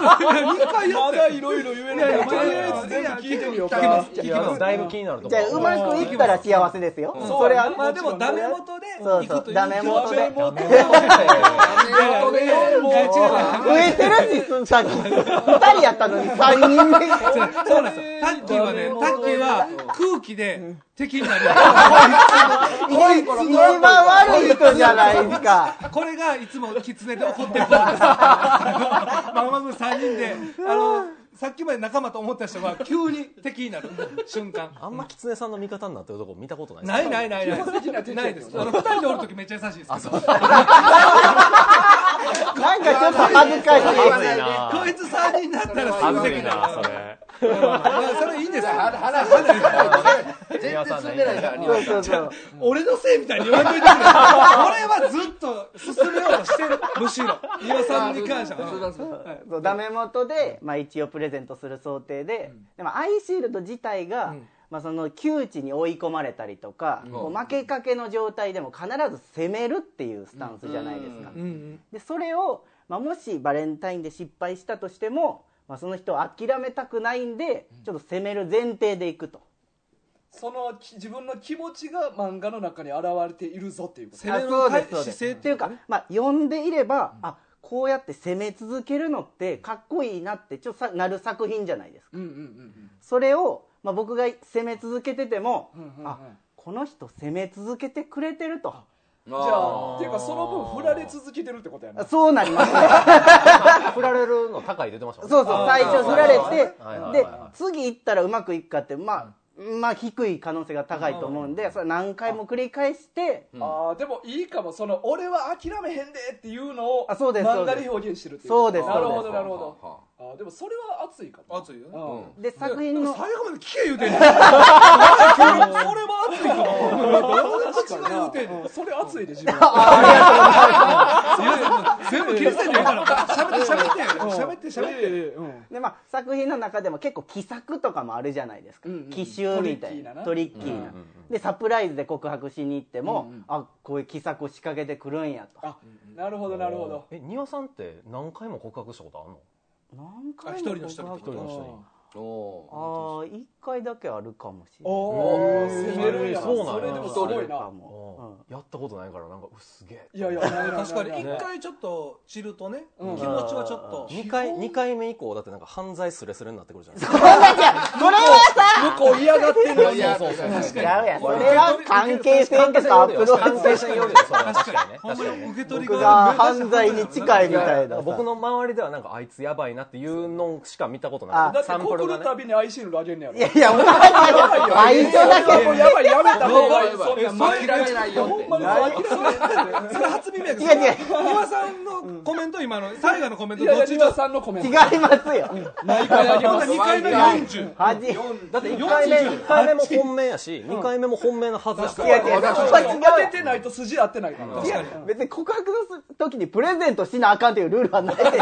2回
まだいろいろ言えるけどとりあえず全部聞いてみようか
いやだいぶ気になるとこ
じゃあうまくいったら幸せですよそれは
まあでもダメ元で
そうそうダメ元で増えてるしさっき2人やったのに3人目
そうなんですよタッキーは空気で敵になる
こいつ一番悪い人じゃないですか
これがいつもキツネで怒ってることですママ君3人でさっきまで仲間と思った人が急に敵になる瞬間
あんま狐さんの味方になってるとこ見たことない
ですないないです2人でおるときめっちゃ優しいですけど
なんかちょっと恥ずかしい
こいつ3人になったらすぐ敵になる
それ
それいいんですよ
全然進んでないから
そう俺のせいみたいに言わんといてくれ俺はずっと進めようとしてるむしろ庭さんに関しては
ダメ元で、まあ、一応プレゼントする想定で、でもアイシールド自体が、まあ、その窮地に追い込まれたりとか、もう負けかけの状態でも必ず攻めるっていうスタンスじゃないですか。でそれを、まあ、もしバレンタインで失敗したとしても、まあ、その人を諦めたくないんでちょっと攻める前提でいくと。
その自分の気持ちが漫画の中に現れているぞっていうこと。
攻めの姿勢
っていうか、まあ、読んでいれば、あ、こうやって攻め続けるのってかっこいいなってちょっとなる作品じゃないですか。それを、まあ、僕が攻め続けてても、あ、この人攻め続けてくれてると。
じゃあっていうかその分振られ続けてるってことやな。
そうなりますね。
振られるの高い出てましたもんね。
そうそう、最初振られて、で次行ったらうまくいくかって、まあ低い可能性が高いと思うんで、それ何回も繰り返して、
ああでもいいかも、その俺は諦めへんでっていうのを
そうです
漫画で表現してるっていう。
そうです。
なるほどなるほど。あでもそれは熱いかも。
熱いよね。
で作品の
最後まで聞け言うてんねん。それは熱いかも。言うてんねん。
それ熱いで自分。
全部気にせんでいいから喋って
で、まあ、作品の中でも結構奇策とかもあるじゃないですか。奇襲みたいなトリッキーな。でサプライズで告白しに行っても、あ、こういう奇策を仕掛けてくるんやと。
あ、なるほどなるほど。
庭さんって何回も告白したことあるの？
何回も
一人の人に。
ああ、1回だけあるかもしれない。
おお、攻めるんや。
そうなんや。
それでもすごいな。
やったことないからなんかすげえ。
いやいや
確かに1回ちょっと散るとね、気持ちはちょっと。
2回目以降だってなんか犯罪スレスレになってくるじゃないで
すか。それは
向こう嫌がってるのに。
そう
それは関係性とかアプローチ。
関係性より確かにね。
確かに受け取り
僕が犯罪に近いみたいな。
僕の周りではなんかあいつやばいなっていうのしか見たことない。
だって告るたびにアイシールドあげんねやろ。
いやいや、お前はあいつだけ
やばい、やめた方がいい。
そんな諦めないよって。
それ初耳やけど、庭さんのコメント、今のタイガーのコメント、どっち
庭さんのコメント
違いますよ。
毎回あげます。
2回目40。
だって1回目も本命やし、2回目も本命のはずだから。
違う。
当ててないと筋合ってないから。
別に告白の時にプレゼントしなあかんっていうルールはないでしょ。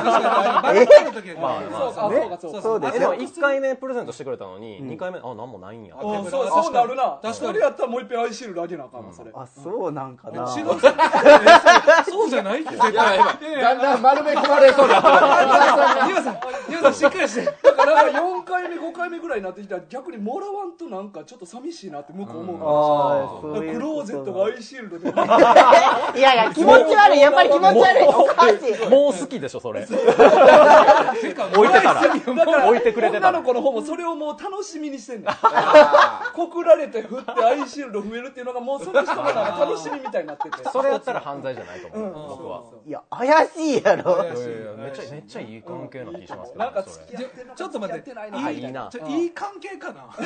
そうです
よ。1回目プレゼントしてくれたのに、2回目、あ、なんもないんや。
そうなるな。それやったらもう一遍アイシールドあげなあかんわ、それ。
あ、そうなんかな。
そうじゃないって。
だんだん丸め込まれそうだ。
庭さんしっかりして。
だから4回目5回目ぐらいになってきたら逆にもらわんとなんかちょっと寂しいなって向こう思うかもしれない。クローゼットがアイシールドで。
いやいや、気持ち悪い。やっぱり気持ち悪い。おかしい。
もう好きでしょ、それ。置いてたら。置いてくれてた。
女の子の方もそれをもう楽しみにしてんねん。告られて振ってアイシールド増えるっていうのがもうその人のなんか楽しみみたいになってて。
それやったら犯罪じゃないと思う、僕は。
いや、怪しいやろ。
めっちゃいい関係な気しますけど。
なんか付き合って
ちょっと待って、
いいな。
いい関係かな。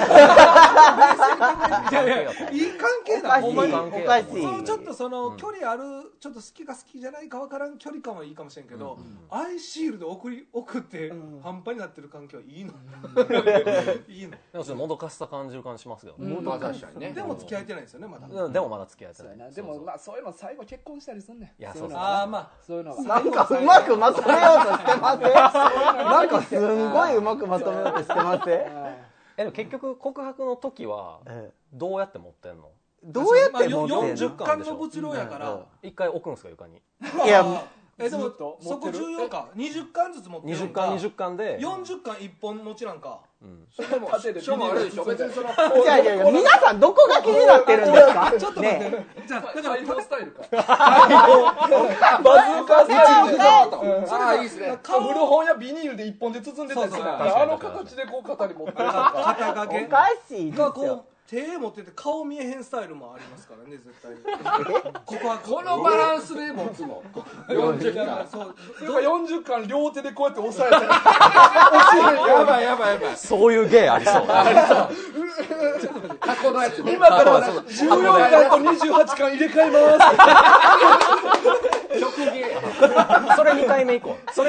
いい関係だ。
おかしい。
ちょっとその距離ある、ちょっと好きか好きじゃないか分からん距離感はいいかもしれんけど、アイシールド送って半端になってる関係はいいの。いいの。
でもちょっともどかしさ感じる感じしますけど。
確かにね。
でも付き合えてないですよね、まだ。
でもまだ付き合えてない。
でもまあそういうの最後結婚したりすんねん。
いや、そうそう。
ああ、まあ
そういうのは。
なんかうまくまとめようとしてません？なんかすんごいうまくまとめようとしてません？
でも結局告白の時はどうやって持ってんの？
どうやって持ってんの
？40巻の物量やから
一回置くんですか、床に。
いや、
でもそこ重要か。20巻ずつ持ってるのか。
20巻で
40巻1本持ちなんか。
しかもあれでしょ、別にその。
いやいやいや、皆さんどこが気になってるんですか？
ちょっと待って。じゃあ、だから
裁縫スタイルか。
バズーカスタイルだ。ああ、いいですね。
古本やビニールで1本で包んでたりするからあの形でこう肩に持ってるから。
肩掛け。
おかしいですよ。
手持ってて顔見えへんスタイルもありますからね、絶対に。
このバランスで持つの。40巻。
そう。40巻両手でこうやって押さえて。
やばい。
そういう芸ありそう。
箱のやつ。
今から14巻と28巻入れ替えます。
曲芸。
それ2回目以降。どう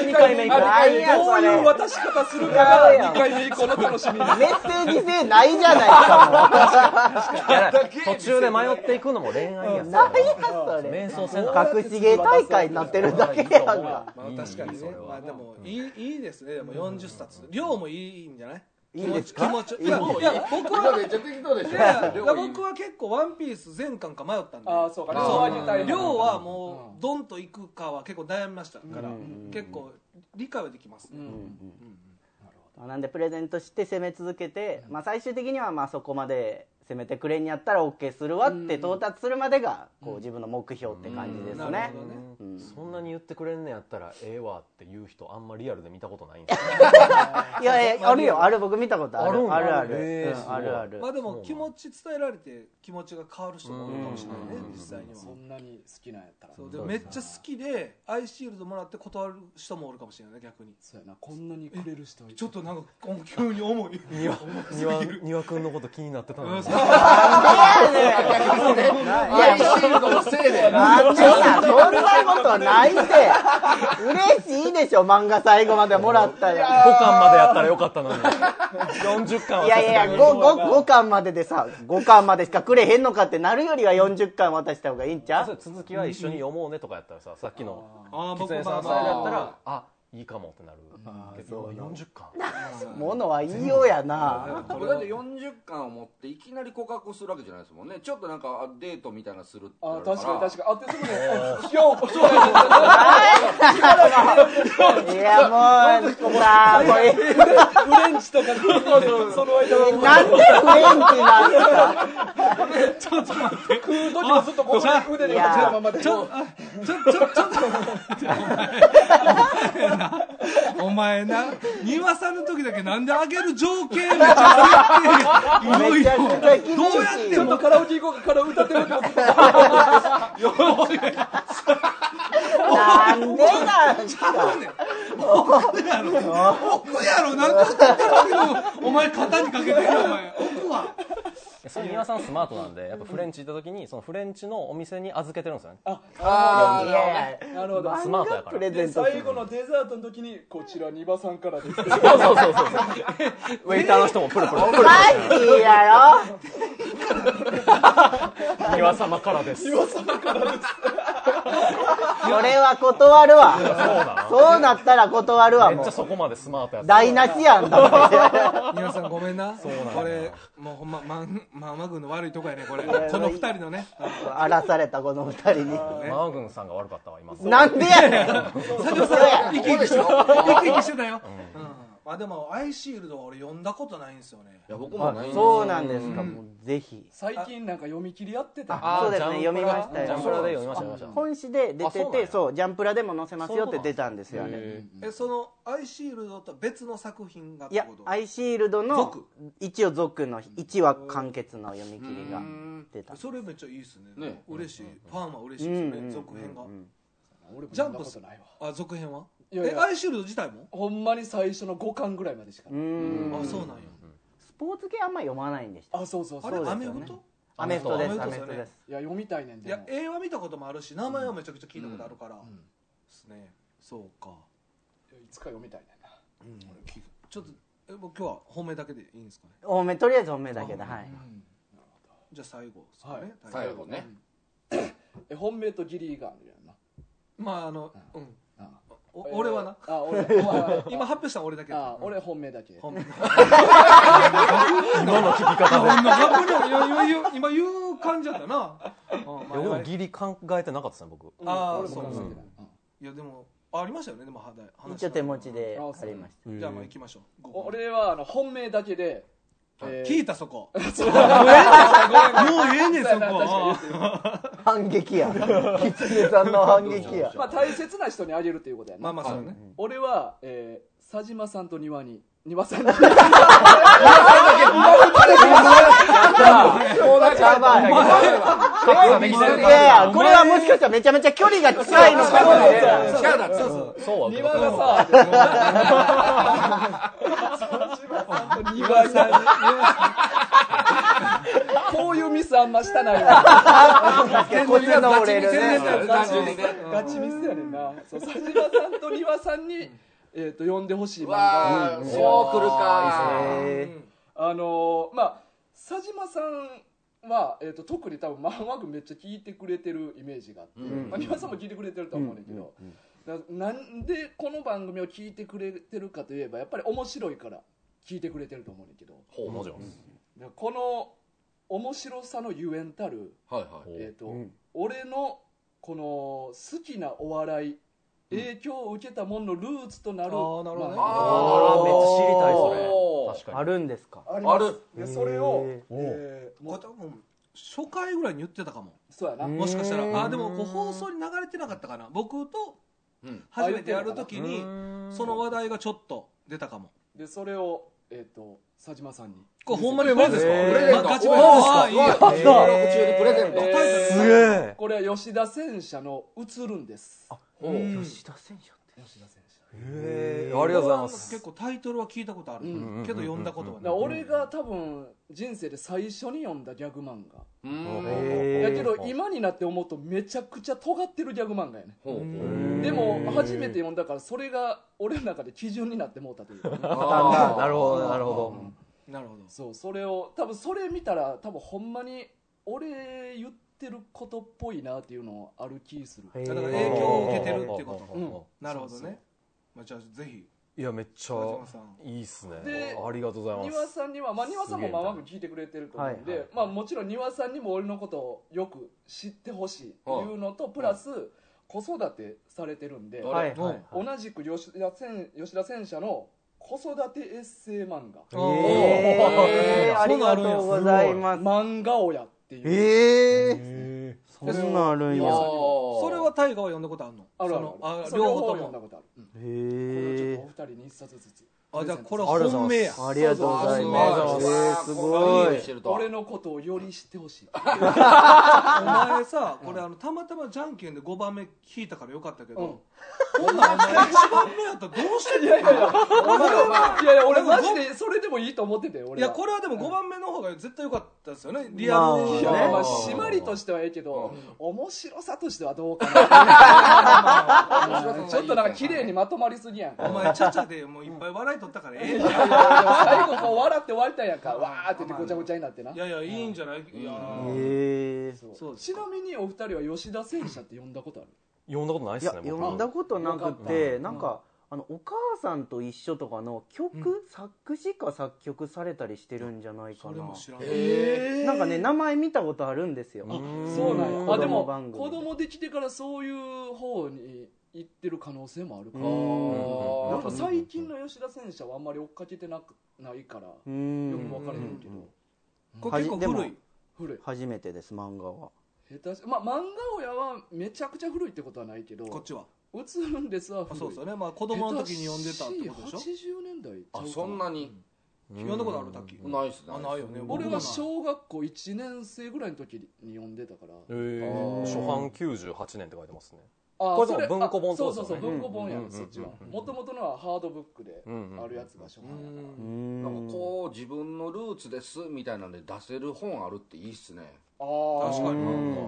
いう渡し方するかが2回目以降の楽しみ。
メッセージ性ないじゃないですか。
途中で迷っていくのも恋愛や
何やそれ
瞑想せな
隠し芸大会になってるだけやんか。
まあ確かにね。まあでもいいですね。でも40冊。量もいいんじゃない？
いいですか？
気持ちいや僕は
めっちゃ適当でしょ。
僕は結構ワンピース全巻か迷ったんで。
ああそうか。
量はもうドンといくかは結構悩みましたから結構理解はできますね。
なんでプレゼントして攻め続けて、まあ最終的にはまあそこまで攻めてくれんやったら OK するわって到達するまでがこう自分の目標って感じですね。
そんなに言ってくれんねやったらええわって言う人あんまリアルで見たことないんです
いやいやあるよ、ある、僕見たことある、あるある。
まあでも気持ち伝えられて気持ちが変わる人もいるかもしれないね、実際には。
そんなに好きなんやったら。
そうでめっちゃ好きでアイシールドもらって断る人もおるかもしれないね、逆に。
そうやな、こんなにくれる人
ちょっとなんか急に重い。
庭くんのこと気になってたのに。
アイシールドのせいで。
なんでや、そんなことないって。嬉しいでしょ、漫画最後までもらったら。
5巻までやったらよかったのに40巻はい
やいや 5巻まででさ、5巻までしかくれへんのかってなるよりは40巻渡した方がいいんちゃう？
続きは一緒に読もうねとかやったらさ、さっきの
僕
狐さんスタイルやったらあいいかもってなるけど40巻
ものは言いようやな。
これだって40巻を持っていきなり告白するわけじゃないですもんね。ちょっとなんかデートみたいなするってなるから。
確かに確かに。あってすぐね。ようこそ。
いやもうさあもう
フレンチとかその間は
なんでフレンチなんですか？
ちょっと待って、
食う時もずっとこう腕で立ちたままで。
ちょっとお前な、庭さんの時だけなんであげる情景めっちゃ言っていろいろどうやって
ちょっとカラオケ行こうか、カラオケ歌ってる時もずっと。
なんでなんすか？
奥やろなんで歌ってるけどお前肩にかけてるよお前奥は。
それ庭さんスマートなんでやっぱフレンチ行った時にそのフレンチのお店に預けてるんですよね。
あ
いやいや
なるほど。
スマートやから
プレゼント
最後のデザートの時にこちらニバさんからです。
そうウェイターの人もプルプル
マジやろ？
庭様からです。
それは断るわ。そうなったら断るわ。
めっ
もう
ちゃそこまでスマートやった。
台無しやんだって。
皆さんごめんな。これもうほんまママ軍の悪いとこやねこれ。この二人のね。
荒らされたこの二人に。
マー軍さんが悪かったわ今。
なんでやねん。
佐藤さん生き生きしてたよ。まあでもアイシールドは俺読んだことないんですよね。
いや僕もないんですよ。
そうなんですか。もうぜひ。
最近なんか読み切りやってた。
そうですね、読みましたよ。
ジャンプラで読みました
本誌で出てて、そうジャンプラでも載せますよって出たんですよね。
そのアイシールドと別の作品がっ
いや
てこと？
アイシールドの一応続の1話完結の読み切りが出た。
それめっちゃいいですね。
ね
嬉しい。ファンは嬉しいですね。続編が。ジャンプ
ことないわ。
あ続編は？
いやいや
アイシールド自体も？
ほんまに最初の5巻ぐらいまでしかない。
あそうなんや。
スポーツ系あんま読まないんでした。
あそうそうそう。
あれ
そうですよね
アメフト？
アメフトです。
アメ
ア
フトですよね
メフトです。
いや読みたいねん
い
でも。
や映画見たこともあるし名前はめちゃくちゃ聞いたことあるからですね。そうか。
いつか読みたいねんな。
ちょっと僕今日は本命だけでいいんですかね。
多め、とりあえず多めだけど、はい。
じゃあ最後ですかね。
最後ね。
本命と義理があるやんな。
まあ俺はな。
俺
今発表したの俺だけ。
俺本命だけ。
本命。
今の聞き方で。
今言う感じだったな。
僕もギリ考えてなかったですね僕。
ああそう。
い
やでもありましたよねでも
一応手持ちでありました。
じゃあまあ行きましょう。
俺は本命だけで。
聞いたそこ。もうええねんそこ。
反撃や。キツネさんの反撃や。
まあ大切な人にあげるっていうことやな。
まあそうね。
俺は佐島さんと庭さんに。いやこれはもしかしたらめちゃめちゃ距離が近いのかもね。
そう
庭がさ。こういうミスあんましたないわ。
こっちの俺るね。
ガチミスやねんな。佐島さんと庭さんに読んでほしい漫画。
そう来るか。
まあ佐島さんは、特に多分漫画めっちゃ聞いてくれてるイメージがあって、庭さんも聞いてくれてると思うんだけど、なんでこの番組を聞いてくれてるかといえばやっぱり面白いから聞いてくれてると思うんだけど、
もちろん
この面白さのゆえんたる、俺のこの好きなお笑い影響を受けたもののルーツとなる、
めっちゃ知りたいそれ。確かに
あるんですか？
ある。でそれを、
もう多分初回ぐらいに言ってたかも。
そうやな。
もしかしたらでもこう放送に流れてなかったかな。僕と初めてやるときにその話題がちょっと出たかも。
でそれを佐島さんに。
これほんまにマジですか？
プレゼント。
ガチバイ
収録中にプレゼント。
すげえ。
これは吉田戦車の映るんです。
吉田戦車って。
吉田戦車。
ありがとうございます。
結構タイトルは聞いたことあるけど読んだことはない。
俺が多分人生で最初に読んだギャグ漫画やけど今になって思うとめちゃくちゃ尖ってるギャグ漫画やね。でも初めて読んだからそれが俺の中で基準になってもうたというか、
なるほどなるほど
なるほど。
そう、それを多分それ見たら多分ほんまに俺言ってることっぽいなっていうのある気する。
だから影響を受けてるっていうこと。なるほどね。じゃあぜひ。
いやめっちゃいいっすね。
で
ありがとうございます。
庭さんには庭さんもまあまく聞いてくれてると思うんで、もちろん庭さんにも俺のことをよく知ってほしいっていうのとプラス子育てされてるんで、同じく吉田戦車の子育てエッセイ漫画、
ありがとうございます。
漫画親っていう、
そんなんあるんや。
それは大河は読んだことあるの？両方とも
読んだことある。これちょっとお二人に一冊ずつ。
じゃあこれ本命や。
ありがとうございます。すごい。
俺のことをより知ってほしい。お
前さ、これたまたまじゃんけんで5番目引いたからよかったけど、こんなんお前1番目やったらどうしてんの？いや
俺マジでそれでもいいと思ってて。い
やこれはでも5番目の方が絶対良かったですよね。リアルに。
締まりとしてはいいけど面白さとしてはどうかな。ちょっとなんか綺麗にまとまりすぎやん。
お前ちゃちゃでもういっぱい笑い取ったからええ。
最後こう笑って終わりたいやんか。わーって言ってごちゃごちゃになってな。
いやいいんじゃない？いや
ちなみにお二人は吉田戦車って読んだことある？
読んだことないっすね。
読んだことなくて、なんかお母さんと一緒とかの曲、作詞か作曲されたりしてるんじゃないかな。
それも知らない。
なんかね名前見たことあるんですよ。
そうなんや。でも子供できてからそういう方に行ってる可能性もあるから。なんか最近の吉田戦車はあんまり追っかけてないからよく分からへんけど。
これ結構古い。
初めてです漫画は。
漫画親はめちゃくちゃ古いってことはないけど、
こっちは
映るんですは古い。
そうですよね。子供の時に読んでたってことでしょ。
80年代。
そんなに
読んだことある？タッキー
ないっすね。
ないよね。
俺は小学校1年生ぐらいの時に読んでたから。
初版98年って書いてますね。これでも文庫本とか
そう文庫本やね。そっちはもともとのはハードブックであるやつが初版やから。
なんかこう自分のルーツですみたいなんで出せる本あるっていいっすね。
確かに。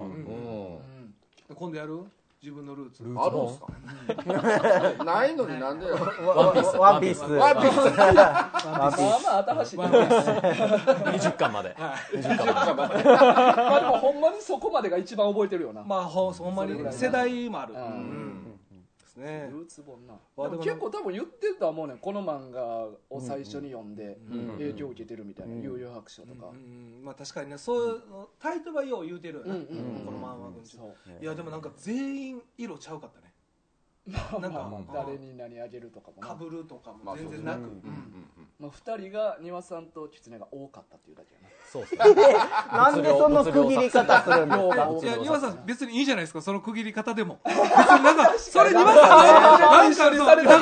今度やる？自分のルーツ
あるんすか？ないのになんでよ。
ワンピース。
まああたはし
20巻まで。20巻まで。
でもほんまにそこまでが一番覚えてるよな。
ほんまに世代もある。ル
ーツ本な。でも結構多分言ってるとは思うねん。この漫画を最初に読んで影響を受けてるみたいな。悠々白書とか。
確かにね、そういうタイトルはよう言うてるよね、この漫画群。いやでもなんか全員色ちゃうかったね。
なんか誰に何あげるとかも
かぶるとかも全然なく、
2人が庭さんと狐が多かったっていうだけやな。
そうですね。
なんでその区切り方するんですか？
いや庭さん別にいいじゃないですか、その区切り方でも。別になんかそれ庭さんなんかさ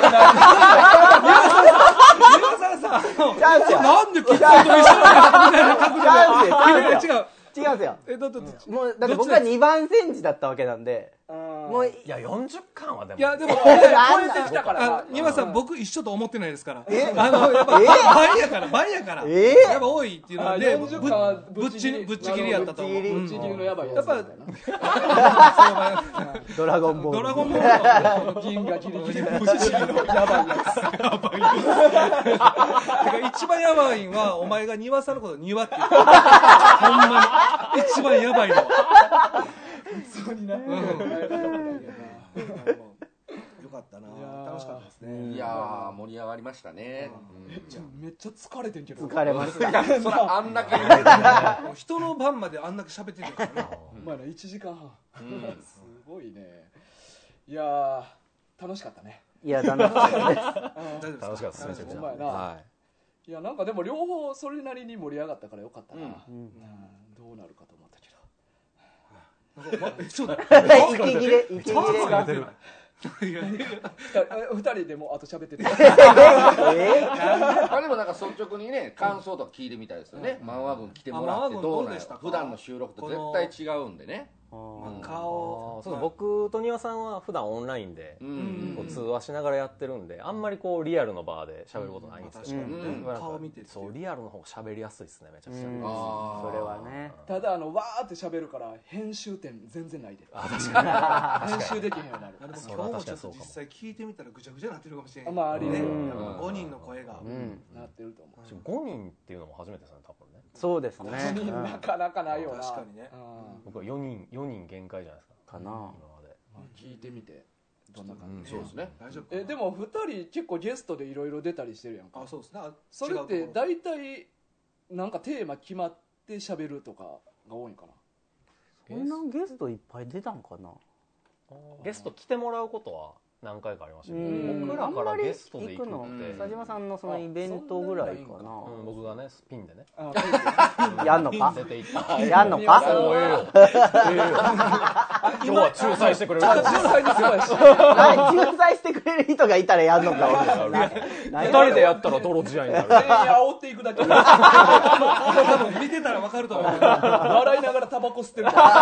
なんでキッズと一緒なのみたいな角度で。違う。
違うんですよ。もうだって僕は2番煎じだったわけなんで、 もう
いや40巻はでも
いやでも
超えてきたから
庭さん僕一緒と思ってないですからやっぱ倍やからやっぱ多いっていうので
40巻は
ぶっちぎりやったと思う。
ぶっちぎりのやばいやつ
やっぱ
ドラゴンボール
ドラゴンボール
銀河ギリギリぶっちぎりのやばいやつ
一番やばいんはお前が庭さんのこと庭って言ってほんまに一番やばいのは
普通にな
よかったな楽しかったですね。
いやー盛り上がりましたね。
めっちゃ疲れてんけど
疲れました
いやそらあんだけ
もう人の番まであんだけ喋ってるからな。
まあ1時間半すごいね。いやー楽しかったね。
いや楽しかったです
大丈夫ですか。
楽しかったですね。
ほんまやな。
はい
いやなんかでも両方それなりに盛り上がったからよかったな。どうなるかと思ったけど。
そうだ。
息切れが
2人でもあと喋ってて
まあでもなんか率直にね感想とか聞いてみたいですよね。漫画軍来てもらってどうなんやろ。普段の収録と絶対違うんでね。
顔
そう僕と庭さんは普段オンラインでこう通話しながらやってるんであんまりこうリアルの場で喋ることないんですよ。
顔見て
そうリアルの方が喋りやすいですねめちゃくちゃ。
それはね
ただわーって喋るから編集点全然ないで。
確か
編集できへんようになる。
でも今日もちょっと実際聞いてみたらぐちゃぐちゃになってるかもしれない。
まあありね
5人の声が
なってると思う。
5人っていうのも初めてですね多分ね。
そうですね
なかなかないよな。
確かにね。
僕は4人限界じゃないですか。
かな
今まで。
聞いてみてどんな感じ。
そうですね。
大丈夫。
でも2人結構ゲストでいろいろ出たりしてるやんか。
あそうですね。
それって大体なんかテーマ決まって喋るとかが多いんかな。
こんなゲストいっぱい出たんかな。
ゲスト来てもらうことは何回かありましたけど僕らからゲストで行くのって
佐島さんのそのイベントぐらいかな。
僕がねスピンでね
やんのか
出て行った
やんのか
今日は仲裁してくれる
仲裁にすごいし。
仲裁してくれる人がいたらやんのか
2人でやったら泥仕合になる
全員煽っていくだけ。
多分見てたら分かると思う。
笑いながらタバコ吸ってるから。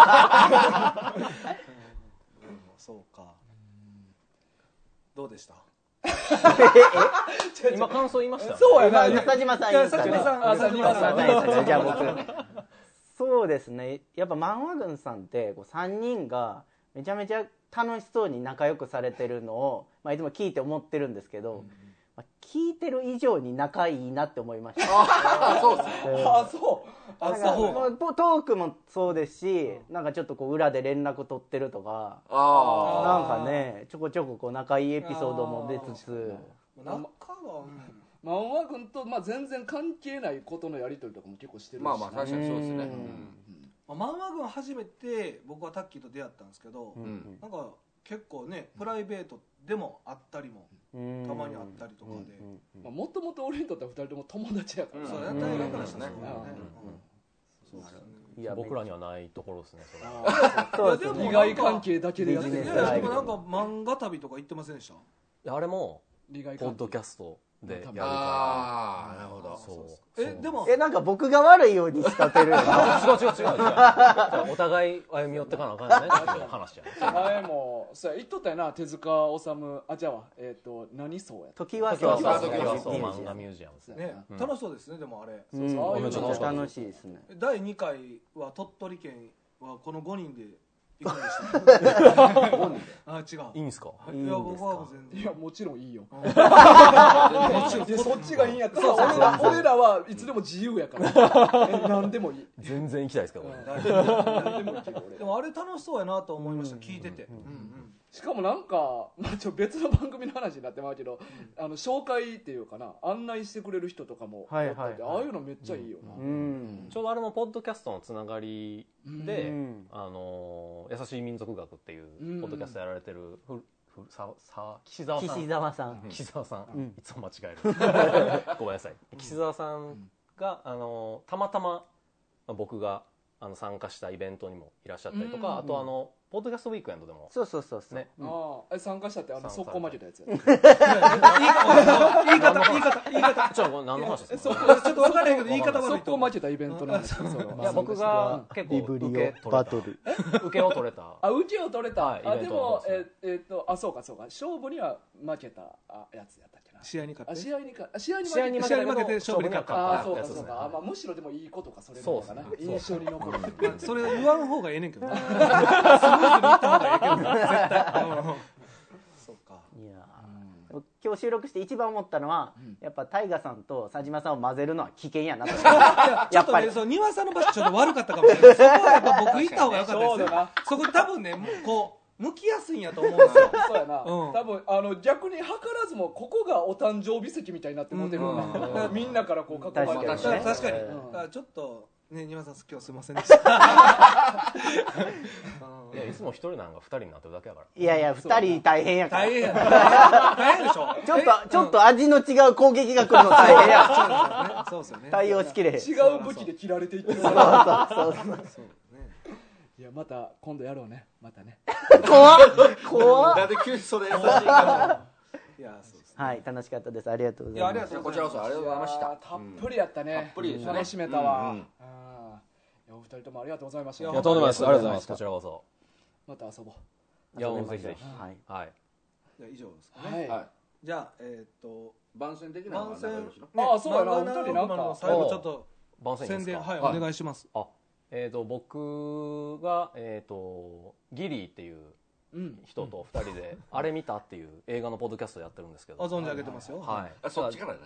そうか。どうでした？
今感想言いました。
そうやな。
佐島さん言ったね。
佐島さん。
じゃあ僕。そうですね。やっぱ漫画軍さんって3人がめちゃめちゃ楽しそうに仲良くされてるのをいつも聞いて思ってるんですけど、聞いてる以上に仲いいなって思いました。
そうですね。
トークもそうですし、なんかちょっとこう裏で連絡取ってるとか、なんかねちょこちょここう仲いいエピソードも出つつ、
漫画軍と全然関係ないことのやり取りとかも結構してるし。
まあ確かにそうですね。
漫画軍初めて僕はタッキーと出会ったんですけど、なんか結構ねプライベートでもあったりもたまにあったりとかで、
もともと俺にとっては2人とも友達やから。
そうやったらからしたらね。
僕らにはないところですね
それ。利害関係だけでやってる。
でもなんか漫画旅とか行ってませんでした？
あれもポッドキャストでやるから。
なるほど。
でも
なんか僕が悪いように仕立てるよな。
違うお互い歩み寄ってかなあかんね話じゃん。
前もそうや言っとったよな。手塚治虫じゃあ何そうや
時はそう
漫画ミュージアムですね。
楽しそうですね。でもあれ
めっちゃ楽しいですね。
第2回は鳥取県はこの5人で行くんでした。あ違う。
いいんですか？
いや僕は全然。
いやもちろんいいよ。そっちがいいんやったら俺らはいつでも自由やから何でもいい。
全然行きたいですけどね。
でもあれ楽しそうやなと思いました。聞いてて。
しかもなんか別の番組の話になってますけど、紹介っていうかな案内してくれる人とかもああいうのめっちゃいいよな。
ちょうどあれもポッドキャストのつながりで優しい民族学っていうポッドキャストやられてる岸澤さんいつも間違えるごめんなさい。岸澤さんがたまたま僕が参加したイベントにもいらっしゃったりとか、あとポッドキャストウィークエンドでも
そうそうそう
ね。
参加したって速攻負けたやつや。
言い方
ちょ何の話ですか。
ちょっと分からへんけど言い方悪い
速攻負けたイベントなんですよ。
いや僕が結構
ビブリオバトル
受けを取れた。
受けを取れた。でもそうか勝負には負けたやつやったっけな。
試合に勝って
試合に
負けて勝負に勝った。
そうか。むしろでもいいことかそれの方がな印象に残る。
それ言わん方がええねんけどな。スムーズにいった方がええけどな絶対。そうか。
いや今日収録して一番思ったのはやっぱタイガさんと佐島さんを混ぜるのは危険やなと。
やっぱり庭さんの場所ちょっと悪かったかもしれない。そこはやっぱ僕行った方が良かったですよ。そこ多分ねこう向きやすいんやと思うんですよ。
そうやな。多分逆に図らずもここがお誕生日席みたいになってモデルな。みんなからこう囲まれて。
確かに。ちょっとね庭さん今日すいませんでした。
いやいつも一人なんか二人になってるだけやから。
いやいや2人大変やから。
大変でしょ。
ちょっと味の違う攻撃が来るの大変や。
そうですよね。
対応しきれへん。
違う武器で切られていってる。そう。いやまた今度やろうね。またね。
怖っ。
なんで急にそれ優しいか。
いやそうです。
はい楽しかったです。ありがとうございます。
こちらこそありがとうございました。
たっぷりやったね。
たっぷりですね。
楽しめたわ。お二人ともありがとうございました。
とんでもないです。ありがとうございます。こちらこそ。
また遊ぼう。
いやもうぜひぜひ。
はい。
じゃあ以上ですかね。はい。じゃあ
番宣的なのが流れるしな。
そうやな。お二人なんか
最後ちょっと宣伝
はい
お願いします。
僕がギリーっていう人と2人であれ見たっていう映画のポッドキャストやってるんですけど。
存じ上げてますよ。
はい。
そっちからね。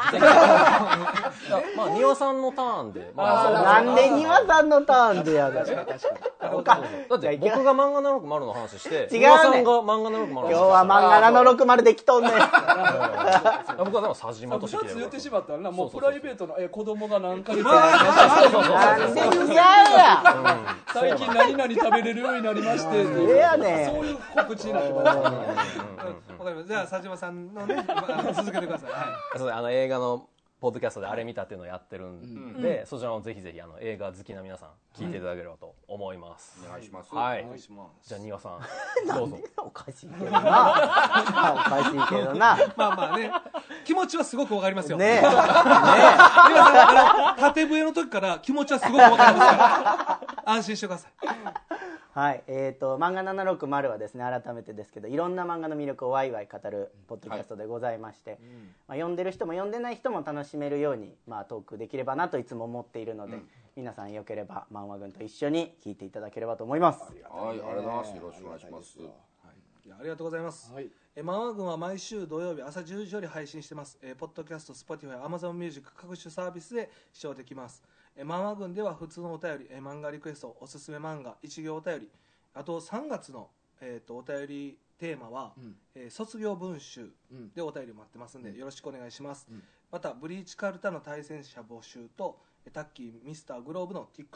まあ庭さんのターンで。
なんで庭さんのターンでやる。
だって僕が漫画760の話して
庭
さんが漫画760の話。
今日は漫画760できとんねん。
僕はでも佐島と
2つ言ってしまったらな。もうプライベートの子供が何回
なんで違うや。
最近何々食べれるようになりまして。
ええやねん。
そういう告知になってます。
わかります。じゃあ佐島さんのね続けてください。
そう映画のポッドキャストであれ見たっていうのをやってるんで、そちらもぜひぜひ映画好きな皆さん聞いていただければと思います。
お願いします。
はい。じゃあ庭さんどうぞ。
おかしいけどな。
まあね気持ちはすごくわかりますよ。
ねえ。
縦笛の時から気持ちはすごくわかりますから安心してください。
はい、漫画760はですね改めてですけどいろんな漫画の魅力をワイワイ語るポッドキャストでございまして、読んでる人も読んでない人も楽しめるように、トークできればなといつも思っているので、皆さんよければ漫画軍と一緒に聞いていただければと思います。
はい、ありがとうございます。よろしくお願いします。
ありがとうございます。漫画軍は毎週土曜日朝10時より配信してます。ポッドキャスト、Spotify、Amazon Music 各種サービスで視聴できます。漫画軍では普通のお便り、漫画リクエスト、おすすめ漫画、一行お便り、あと3月の、お便りテーマは、卒業文集でお便り待ってますんで、よろしくお願いします。またブリーチカルタの対戦者募集とタッキーミスターグローブの TikTok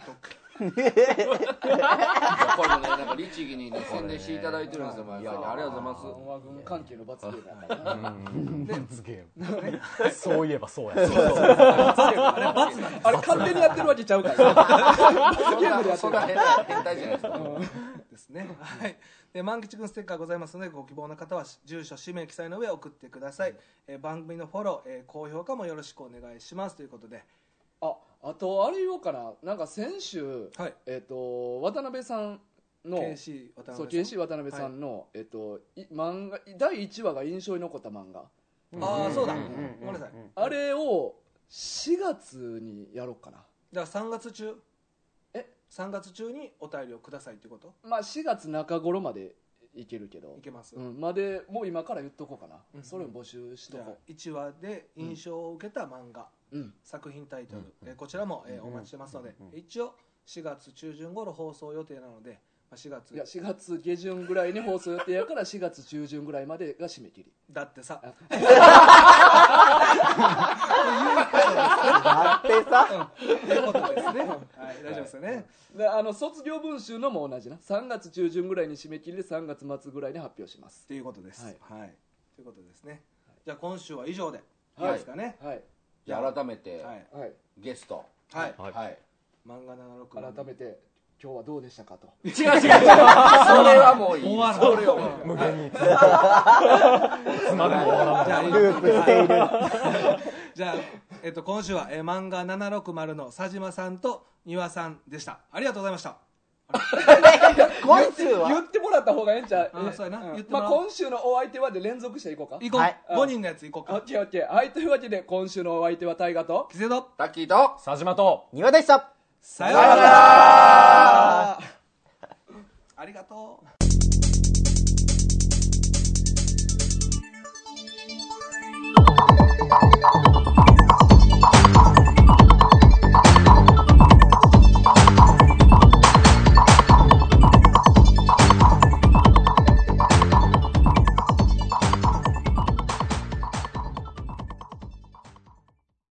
これもねなんか律儀にね宣伝していただいてるんですよ。ありがとうございます。
漫画軍関係の罰ゲームだからな。
罰ゲーム。そういえばそうや。
あれ勝手にやってるわけちゃうから。罰ゲームでやってる。
変態じゃないですか。
ですね。はい。で万吉くんステッカーございますのでご希望の方は住所氏名記載の上送ってください。番組のフォロー、高評価もよろしくお願いしますということで。
あとあれ言おうかな。なんか先週、渡辺さんの
KC
渡辺さんの、漫画第1話が印象に残った漫画。
そうだ。ごめんなさい。
あれを4月にやろうかな。
だから3月中3月中にお便りをくださいってこと？
まあ4月中頃までいけるけど
いけます。
までもう今から言っとこうかな。それを募集しとこう。
1話で印象を受けた漫画、作品タイトル、こちらも、お待ちしてますので、一応4月中旬頃放送予定なので、4月
いや4月下旬ぐらいに放送予定やから4月中旬ぐらいまでが締め切り。
だってさ
だってさ
ということですね。はい、大丈夫ですよね。
で卒業文集のも同じな。3月中旬ぐらいに締め切りで3月末ぐらいに発表します
ということです。はい、ということですね。じゃあ今週は以上でいいですかね。
はい。じゃあ改めてゲスト
はい
はい
漫画76
改めて今日はどうでしたかと。
違うそれはもういい。
終わる。
それはもう
無限につまでも終わらない。
ループしている。
じゃあ、今週は漫画760の佐島さんと丹羽さんでした。ありがとうございました。
今週は
言ってもらった方がええんちゃう。
そうやな。言って
まあ
もらおう。
今週のお相手はで連続していこうか。
行こう。
はい
5人のやつ行こうか。
オッケーオッケー。はい、というわけで今週のお相手は大河と
キセド。
タッキーと
佐島と
庭でした。
さようなら。ありがとう。